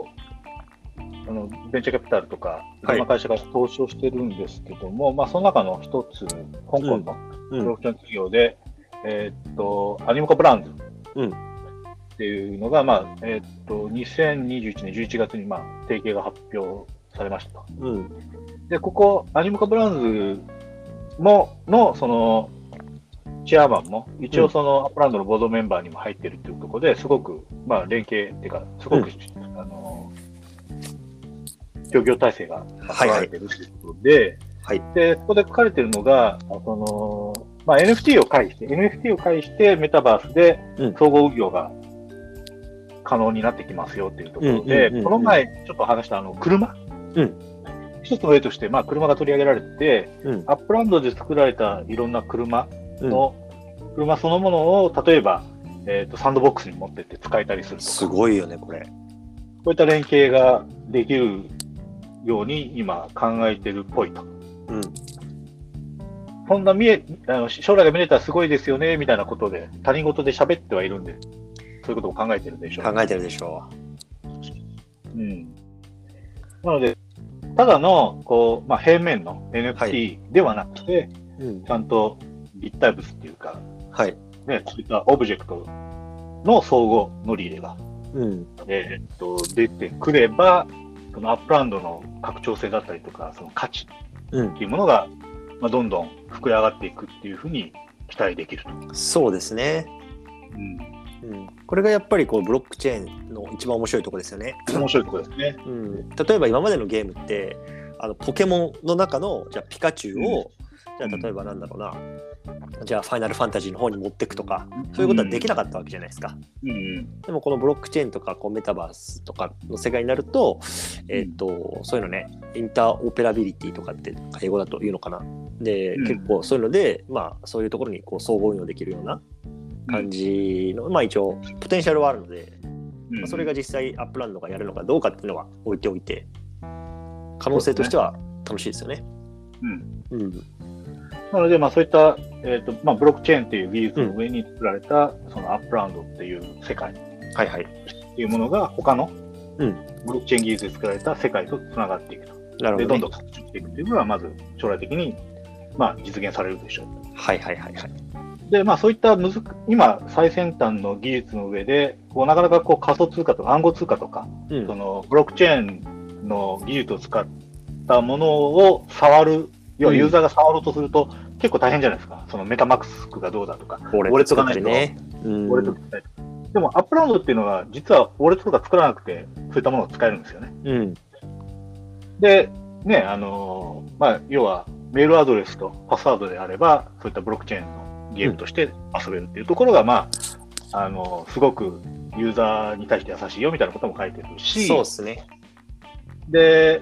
ベンチャーキャピタルとか、いろんな会社が投資をしてるんですけども、その中の一つ、香港のブロックチェーン企業で、アニモカブランズっていうのが、2021年11月に提携が発表されましたと。で、ここ、アニモカブランズそのチェアマンも、一応アップランドのボードメンバーにも入ってるというところで、すごく、連携っていうか、すごく、協業体制が取られているということで、で、ここで書かれているのが、NFT を介してメタバースで総合運用が可能になってきますよというところで、この前ちょっと話した車、一つの例として、車が取り上げられて、アップランドで作られたいろんな車そのものを、例えば、サンドボックスに持ってって使えたりするとか。 すごいよね、これ。 こういった連携ができるように今考えてるっぽいと。そんな将来が見れたらすごいですよね、みたいなことで、他人事で喋ってはいるんで、そういうことを考えてるでしょう。 考えてるでしょう。 なので、ただのこう、平面の NFT ではなくて、ちゃんと立体物っていうか、ね、そういったオブジェクトの相互乗り入れが、出てくれば、そのアップランドの拡張性だったりとか、その価値っていうものが、どんどん膨れ上がっていくっていうふうに期待できると。 そうですね。これがやっぱりこうブロックチェーンの一番面白いところですよね。 面白いところですね。 例えば今までのゲームってポケモンの中のじゃあピカチュウを、じゃあ例えばなんだろうな、じゃあファイナルファンタジーの方に持っていくとか、そういうことはできなかったわけじゃないですか。でもこのブロックチェーンとかこうメタバースとかの世界になると、そういうのね、インターオペラビリティとかって英語だというのかな。で、結構そういうので、そういうところにこう総合運用できるような感じの、一応ポテンシャルはあるので、それが実際アップランドがやるのかどうかっていうのは置いておいて、可能性としては楽しいですよね。 なので、そういった、ブロックチェーンっていう技術の上に作られた、そのアップランドっていう世界っていうものが他のブロックチェーン技術で作られた世界とつながっていくと。で、どんどん拡張していくというのは、まず将来的に、実現されるでしょう。で、そういった今、最先端の技術の上で、なかなか仮想通貨とか暗号通貨とか、そのブロックチェーンの技術を使ったものを触る、要はユーザーが触ろうとすると、結構大変じゃないですか。そのメタマックスがどうだとか、ウォレットがないと、ウォレット使える。でも、アップランドっていうのは、実はウォレットとか作らなくて、そういったものを使えるんですよね。で、ね、要は、メールアドレスとパスワードであれば、そういったブロックチェーンのゲームとして遊べるっていうところが、すごくユーザーに対して優しいよみたいなことも書いてるし、 そうですね。 で、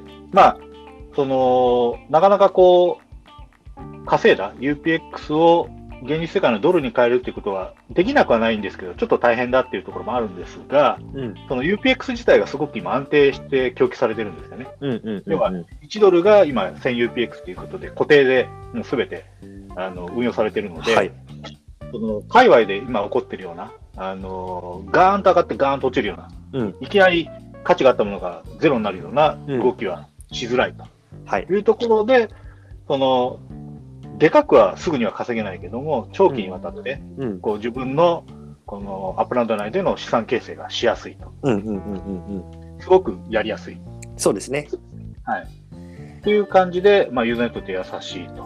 なかなか稼いだ UPX を現実世界のドルに変えるっていうことはできなくはないんですけど、ちょっと大変だっていうところもあるんですが、その UPX 自体がすごく今安定して供給されてるんですよね。要は1ドルが今 1000UPX ということで固定でもう全て運用されてるので、その界隈で今起こってるような、ガーンと上がってガーンと落ちるような、いきなり価値があったものがゼロになるような動きはしづらいというところで、そのでかくはすぐには稼げないけども、長期にわたって、自分のこのアップランド内での資産形成がしやすいと。すごくやりやすい。 そうですね。 っていう感じで、ユーザーにとって優しいと。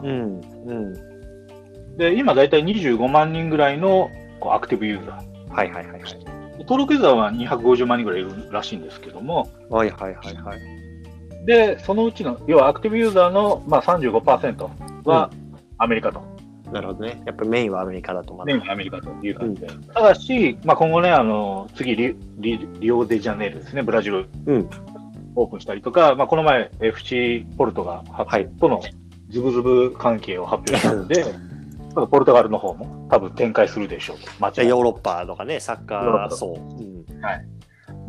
で、今だいたい25万人ぐらいのアクティブユーザー。登録ユーザーは250万人ぐらいいるらしいんですけども。で、そのうちの、要はアクティブユーザーの、35% はアメリカと。 なるほどね。やっぱりメインはアメリカだと。 メインはアメリカという感じで。ただし、今後ね、次リオデジャネイロですね、ブラジル、オープンしたりとか、この前、FC ポルトがとのズブズブ関係を発表したので、ポルトガルの方も多分展開するでしょうと。 ヨーロッパとかね、サッカーそう。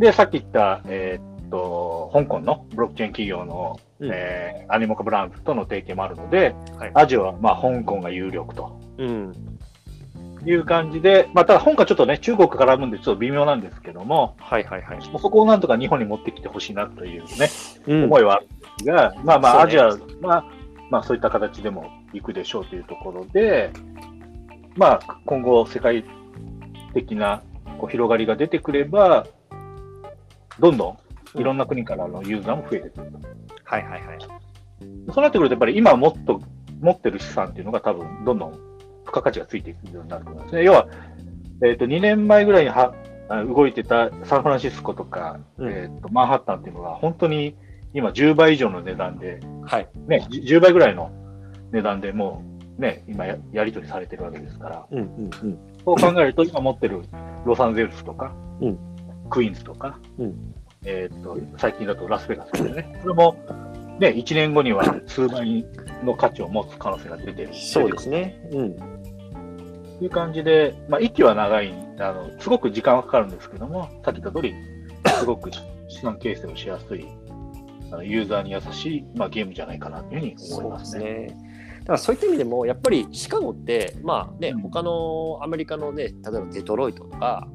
で、さっき言った、香港のブロックチェーン企業の、アニモカブランドとの提携もあるので、アジアは香港が有力という感じで、ただ香港はちょっとね、中国から絡むんでちょっと微妙なんですけども、そこをなんとか日本に持ってきてほしいなというね、思いはあるんですが、アジアは、そういった形でも行くでしょうというところで、今後世界的な広がりが出てくれば、どんどんいろんな国からのユーザーも増えてくると。そうなってくると、やっぱり今持ってる資産っていうのが多分どんどん付加価値がついていくようになると思いますね。要は、2年前ぐらいに動いてたサンフランシスコとか、マンハッタンっていうのが本当に今10倍以上の値段で、10倍ぐらいの値段でもうね、今やり取りされてるわけですから、そう考えると今持ってるロサンゼルスとか、クイーンズとか、最近だとラスベガスですよね。それも、ね、1年後には数倍の価値を持つ可能性が出てる。 そうですね。 という感じで、息は長い、すごく時間はかかるんですけども、さっき言った通り、すごく資産形成をしやすい、ユーザーに優しい、ゲームじゃないかなというふうに思いますね。 だからそういった意味でも、やっぱりシカゴって、他のアメリカのね、例えばデトロイトとか、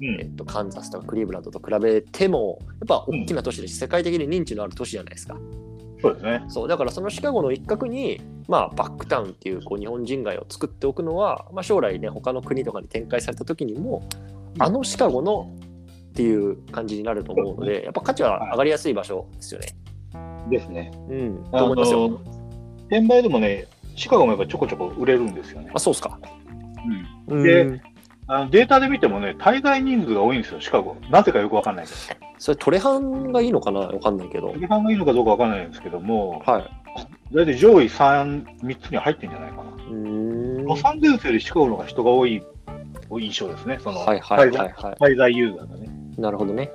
カンザスとかクリーブランドと比べてもやっぱ大きな都市ですし、世界的に認知のある都市じゃないですか。 そうですね。 そうだからそのシカゴの一角に、バックタウンっていう、日本人街を作っておくのは、将来ね他の国とかに展開された時にもシカゴのっていう感じになると思うので、やっぱ価値は上がりやすい場所ですよね。 ですね。 と思いますよ。 転売でもね、シカゴもやっぱちょこちょこ売れるんですよね。 そうですか。 で、データで見てもね、滞在人数が多いんですよ、シカゴ。なぜかよくわかんないけど。 それトレハンがいいのかな、わかんないけど。 トレハンがいいのかどうかわかんないんですけども、 はい。 大体上位3つに入ってるんじゃないかな。ロサンゼルスよりシカゴの方が人が多い印象ですね、その滞在ユーザーがね。 なるほどね。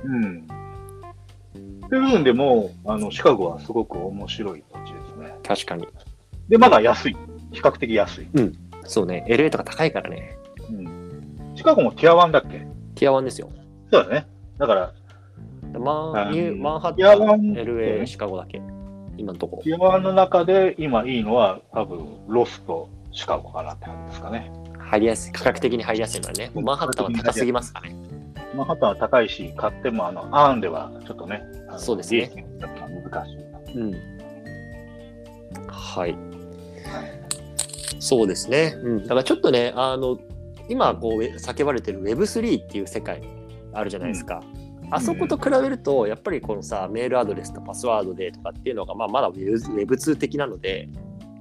という部分でもシカゴはすごく面白い土地ですね。 確かに。 で、まだ安い。比較的安い。 そうね。LA とか高いからね。 シカゴもティア1だっけ？ ティア1ですよ。 そうだね。だから、 マンハッタン、LA、シカゴだけ。今のところ。 ティア1の中で今いいのは多分ロスとシカゴかなって感じですかね。 入りやすい。価格的に入りやすいのはね。もうマンハッタンは高すぎますかね。 マンハッタンは高いし、買ってもアーンではちょっとね、 そうですね。 難しい。 はい。そうですね。だからちょっとね、今叫ばれてる Web3 っていう世界あるじゃないですか。あそこと比べると、やっぱりこのさ、メールアドレスとパスワードでとかっていうのが、まだ Web2 的なので、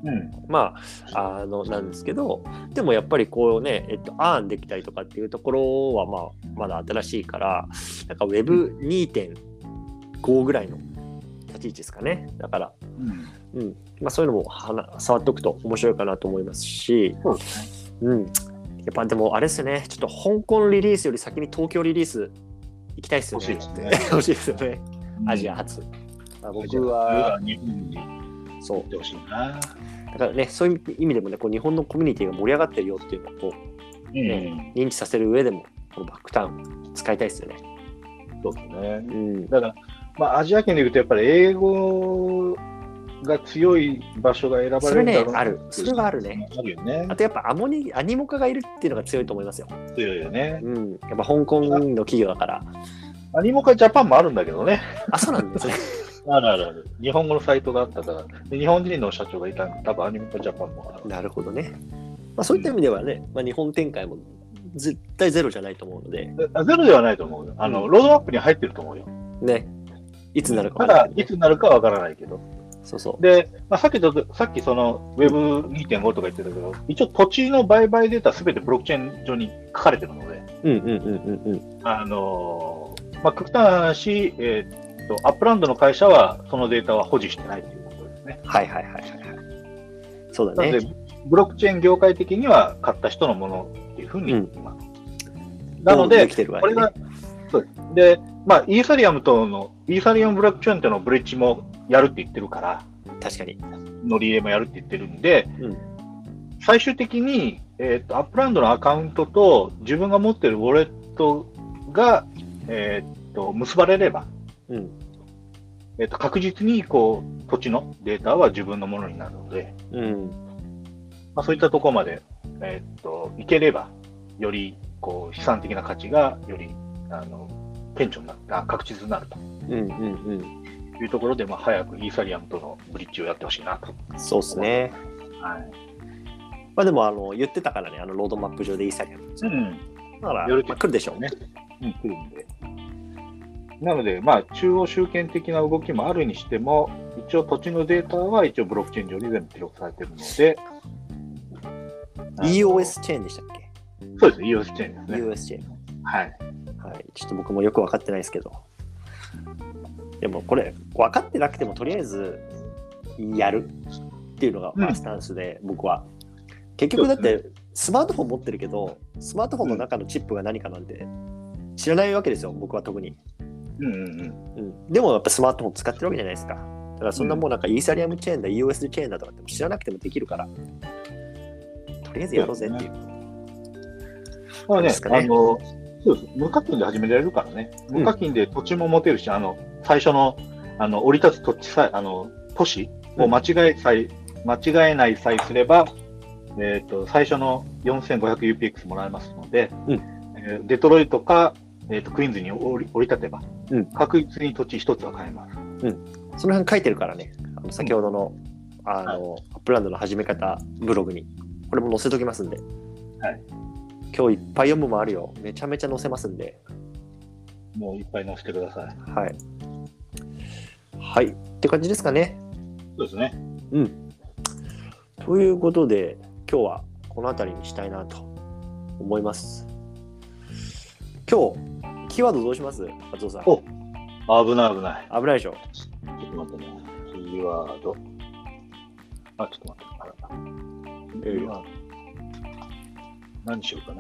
なんですけど、でもやっぱりこうね、アーンできたりとかっていうところは、まだ新しいから、なんか Web2.5 ぐらいの立ち位置ですかね。だから、そういうのも触っておくと面白いかなと思いますし、やっぱでもあれですよね、ちょっと香港リリースより先に東京リリース行きたいですよね。欲しいですよね。アジア初。僕は日本に行ってほしいな。 だからね、そういう意味でもね、日本のコミュニティが盛り上がってるよっていうのを認知させる上でも、このバックタウン使いたいですよね。 そうですね。だから、アジア圏でいうとやっぱり英語が強い場所が選ばれるんだろうな。 それはあるね。 あるよね。 あとやっぱアニモ化がいるっていうのが強いと思いますよ。 強いよね。 やっぱ香港の企業だから。 アニモ化ジャパンもあるんだけどね。 そうなんですね。 ある。日本語のサイトがあったから、日本人の社長がいたんで、多分アニモ化ジャパンもある。 なるほどね。そういった意味ではね、日本展開も絶対ゼロじゃないと思うので。 ゼロではないと思うよ。ロードマップに入ってると思うよ。 ね。いつになるかわからない。いつになるかわからないけど。 そう。 で、さっきその Web2.5 とか言ってたけど、一応土地の売買データすべてブロックチェーン上に書かれてるので、極端な話、アップランドの会社はそのデータは保持してないということですね。 そうだね。 なので、ブロックチェーン業界的には買った人のものっていうふうに言います。なので、これが、そうです。で、イーサリアムブロックチェーンとのブリッジもやるって言ってるから、 確かに。 乗り入れもやるって言ってるんで、最終的に、アップランドのアカウントと自分が持っているウォレットが、結ばれれば、確実に土地のデータは自分のものになるので、そういったところまで、いければ、より資産的な価値がより顕著になる、確実になるというところで、早くイーサリアムとのブリッジをやってほしいなと。 そうですね。でも言ってたからね、ロードマップ上でイーサリアム。だから、来るでしょうね。 来るんで。なので、中央集権的な動きもあるにしても、一応土地のデータは一応ブロックチェーン上に全部記録されているので。 EOS チェーンでしたっけ？ そうです、EOS チェーンですね。 EOS チェーン。 はい。 ちょっと僕もよく分かってないですけど。でもこれ、分かってなくてもとりあえずやるっていうのがスタンスで、僕は。結局だってスマートフォン持ってるけど、スマートフォンの中のチップが何かなんて知らないわけですよ、僕は特に。でもやっぱスマートフォン使ってるわけじゃないですか。だからそんなもうなんかイーサリアムチェーンだ、EOS チェーンだとかって知らなくてもできるから、とりあえずやろうぜっていう。 そうです。無課金で始められるからね。無課金で土地も持てるし、最初の降り立つ都市を間違えないさえすれば、最初の 4500UPX もらえますので、 デトロイトか、クイーンズに降り立てば、確実に土地一つは買えます。 その辺書いてるからね、先ほどの、アップランドの始め方ブログに、これも載せときますんで、今日いっぱい読むもあるよ。めちゃめちゃ載せますんで。 もういっぱい載せてください。 はい。って感じですかね。 そうですね。 ということで、今日はこの辺りにしたいなと思います。今日、キーワードどうします？松尾さん。 危ない。危ないでしょ。 ちょっと待ってね。キーワード。ちょっと待って。何しようかな。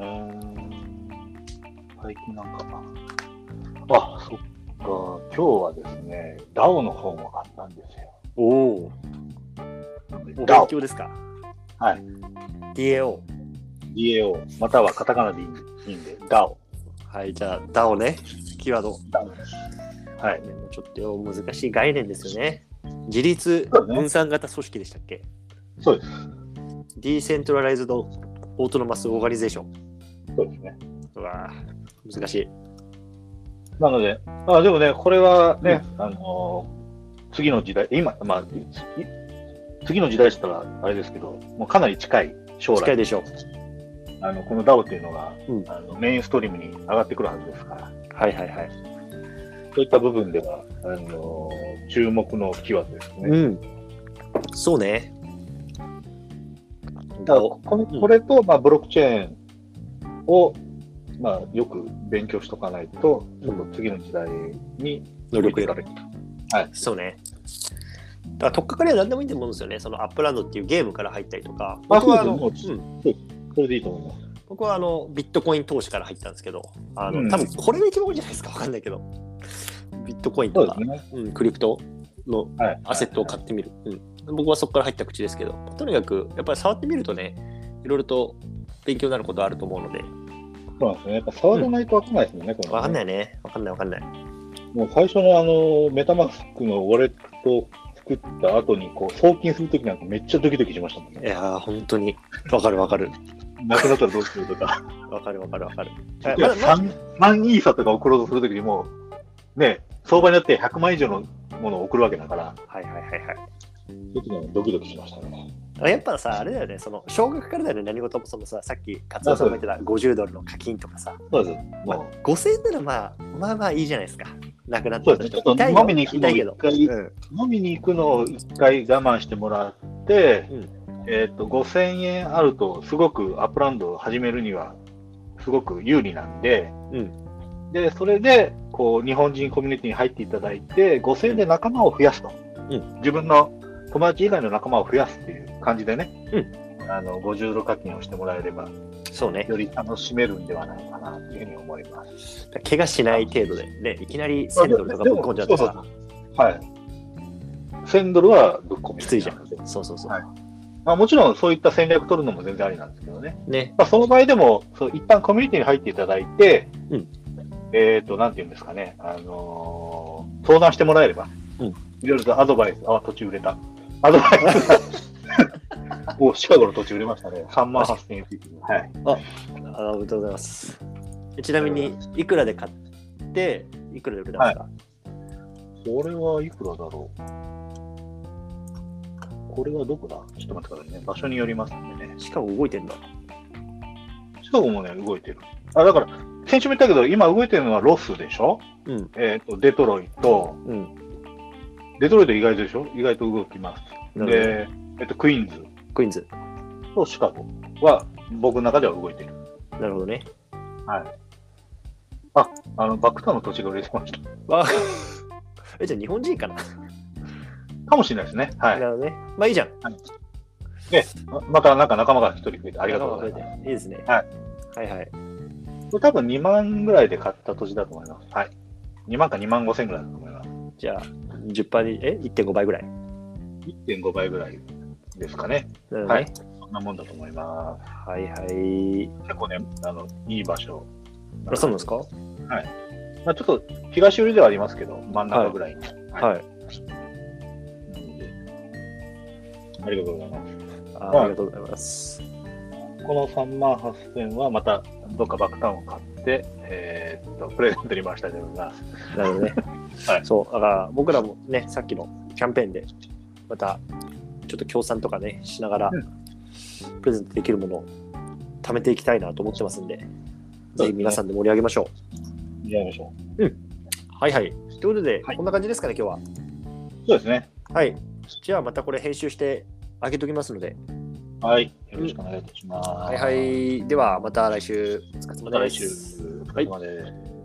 最近なんか。そっか。今日はですね、DAO の本を買ったんですよ。 お勉強ですか？ はい。 DAO。 またはカタカナでいいんで、DAO。 はい、じゃあ DAO ね。キーワード。 はい。 ちょっと難しい概念ですよね。自立分散型組織でしたっけ？ そうです。 ディーセントラライズドオートノマスオーガニゼーション。 そうですね。 うわ難しい。 なので、でもね、これはね、次の時代、次の時代したらあれですけど、もうかなり近い将来。 近いでしょう。 この DAO っていうのが、メインストリームに上がってくるはずですから。そういった部分では、注目のキーワードですね。 そうね。 これと、ブロックチェーンを、よく勉強しとかないと、ちょっと次の時代に能力得られる。そうね。だから、とっかかりは何でもいいと思うんですよね。そのアップランドっていうゲームから入ったりとか。 僕はそれでいいと思います。 僕はビットコイン投資から入ったんですけど、多分これが一番多いじゃないですか。わかんないけど。ビットコインとか、クリプトのアセットを買ってみる。僕はそこから入った口ですけど、とにかくやっぱり触ってみるとね、いろいろと勉強になることあると思うので。 そうなんですね。やっぱ触らないとわかんないですもんね。 わかんないね。わかんない。 もう最初のメタマスクのウォレットを作った後に送金するときなんかめっちゃドキドキしましたもんね。 いやー、本当に。わかる。 なくなったらどうするとか。 わかる。 3イーサとか送ろうとするときにもう、ね、相場によって100万以上のものを送るわけだから。ちょっとね、ドキドキしましたね。 やっぱさ、あれだよね、その少額からだよね、何事もさ、さっき勝田さんが言ってた50ドルの課金とかさ。 そうです。 5000円ならまあいいじゃないですか。なくなったら。 そうですね。ちょっと飲みに行くのを1回我慢してもらって、5000円あると、すごくアップランドを始めるには、すごく有利なんで、で、それで、日本人コミュニティに入っていただいて、5000円で仲間を増やすと。自分の友達以外の仲間を増やすっていう感じでね、50ドル課金をしてもらえれば、 そうね、 より楽しめるんではないかなというふうに思います。 怪我しない程度で、ね、いきなり1000ドルとかぶっ込んじゃってさ。 1000ドルはぶっ込みきついじゃん。そう。 もちろんそういった戦略取るのも全然ありなんですけどね。その場合でも、一旦コミュニティに入っていただいて、なんていうんですかね、相談してもらえれば、いろいろとアドバイス、土地売れた。アドバイスが、もうシカゴの土地売れましたね。38,000円っていう。 ありがとうございます。ちなみに、いくらで買って、いくらで売れたんですか？ これはいくらだろう。これはどこだ？ちょっと待ってくださいね。場所によりますんでね。 シカゴ動いてんだ。 シカゴもね、動いてる。だから、先週も言ったけど、今動いてるのはロスでしょ？デトロイト。デトロイト意外でしょ？意外と動きます。で、クイーンズとシカゴは僕の中では動いてる。 なるほどね。 バックタウンの土地が売れてました。 じゃあ日本人かな？ かもしれないですね。 なるほどね。いいじゃん。 またなんか仲間が一人増えてありがとうございます。 いいですね。 これ多分2万ぐらいで買った土地だと思います。2万か2万5千ぐらいだと思います。 じゃあ、10%に、1.5 倍ぐらい。 1.5 倍ぐらいですかね。そんなもんだと思います。結構ね、いい場所。 そうなんですか？ ちょっと東寄りではありますけど、真ん中ぐらいに。ありがとうございます。 ありがとうございます。 この38,000はまた、 どっかバックタウンを買って、プレゼントに回したいと思います。 なるほどね。はい、そう、だから僕らもね、さっきのキャンペーンで、またちょっと協賛とかね、しながら、プレゼントできるものを貯めていきたいなと思ってますんで、ぜひ皆さんで盛り上げましょう。盛り上げましょう。うん。はいはい。ということで、こんな感じですかね、今日は。 そうですね。 はい。じゃあまたこれ編集してあげときますので。 はい。よろしくお願いいたします。 はいはい。ではまた来週。お疲れ様です。 また来週。お疲れ様です。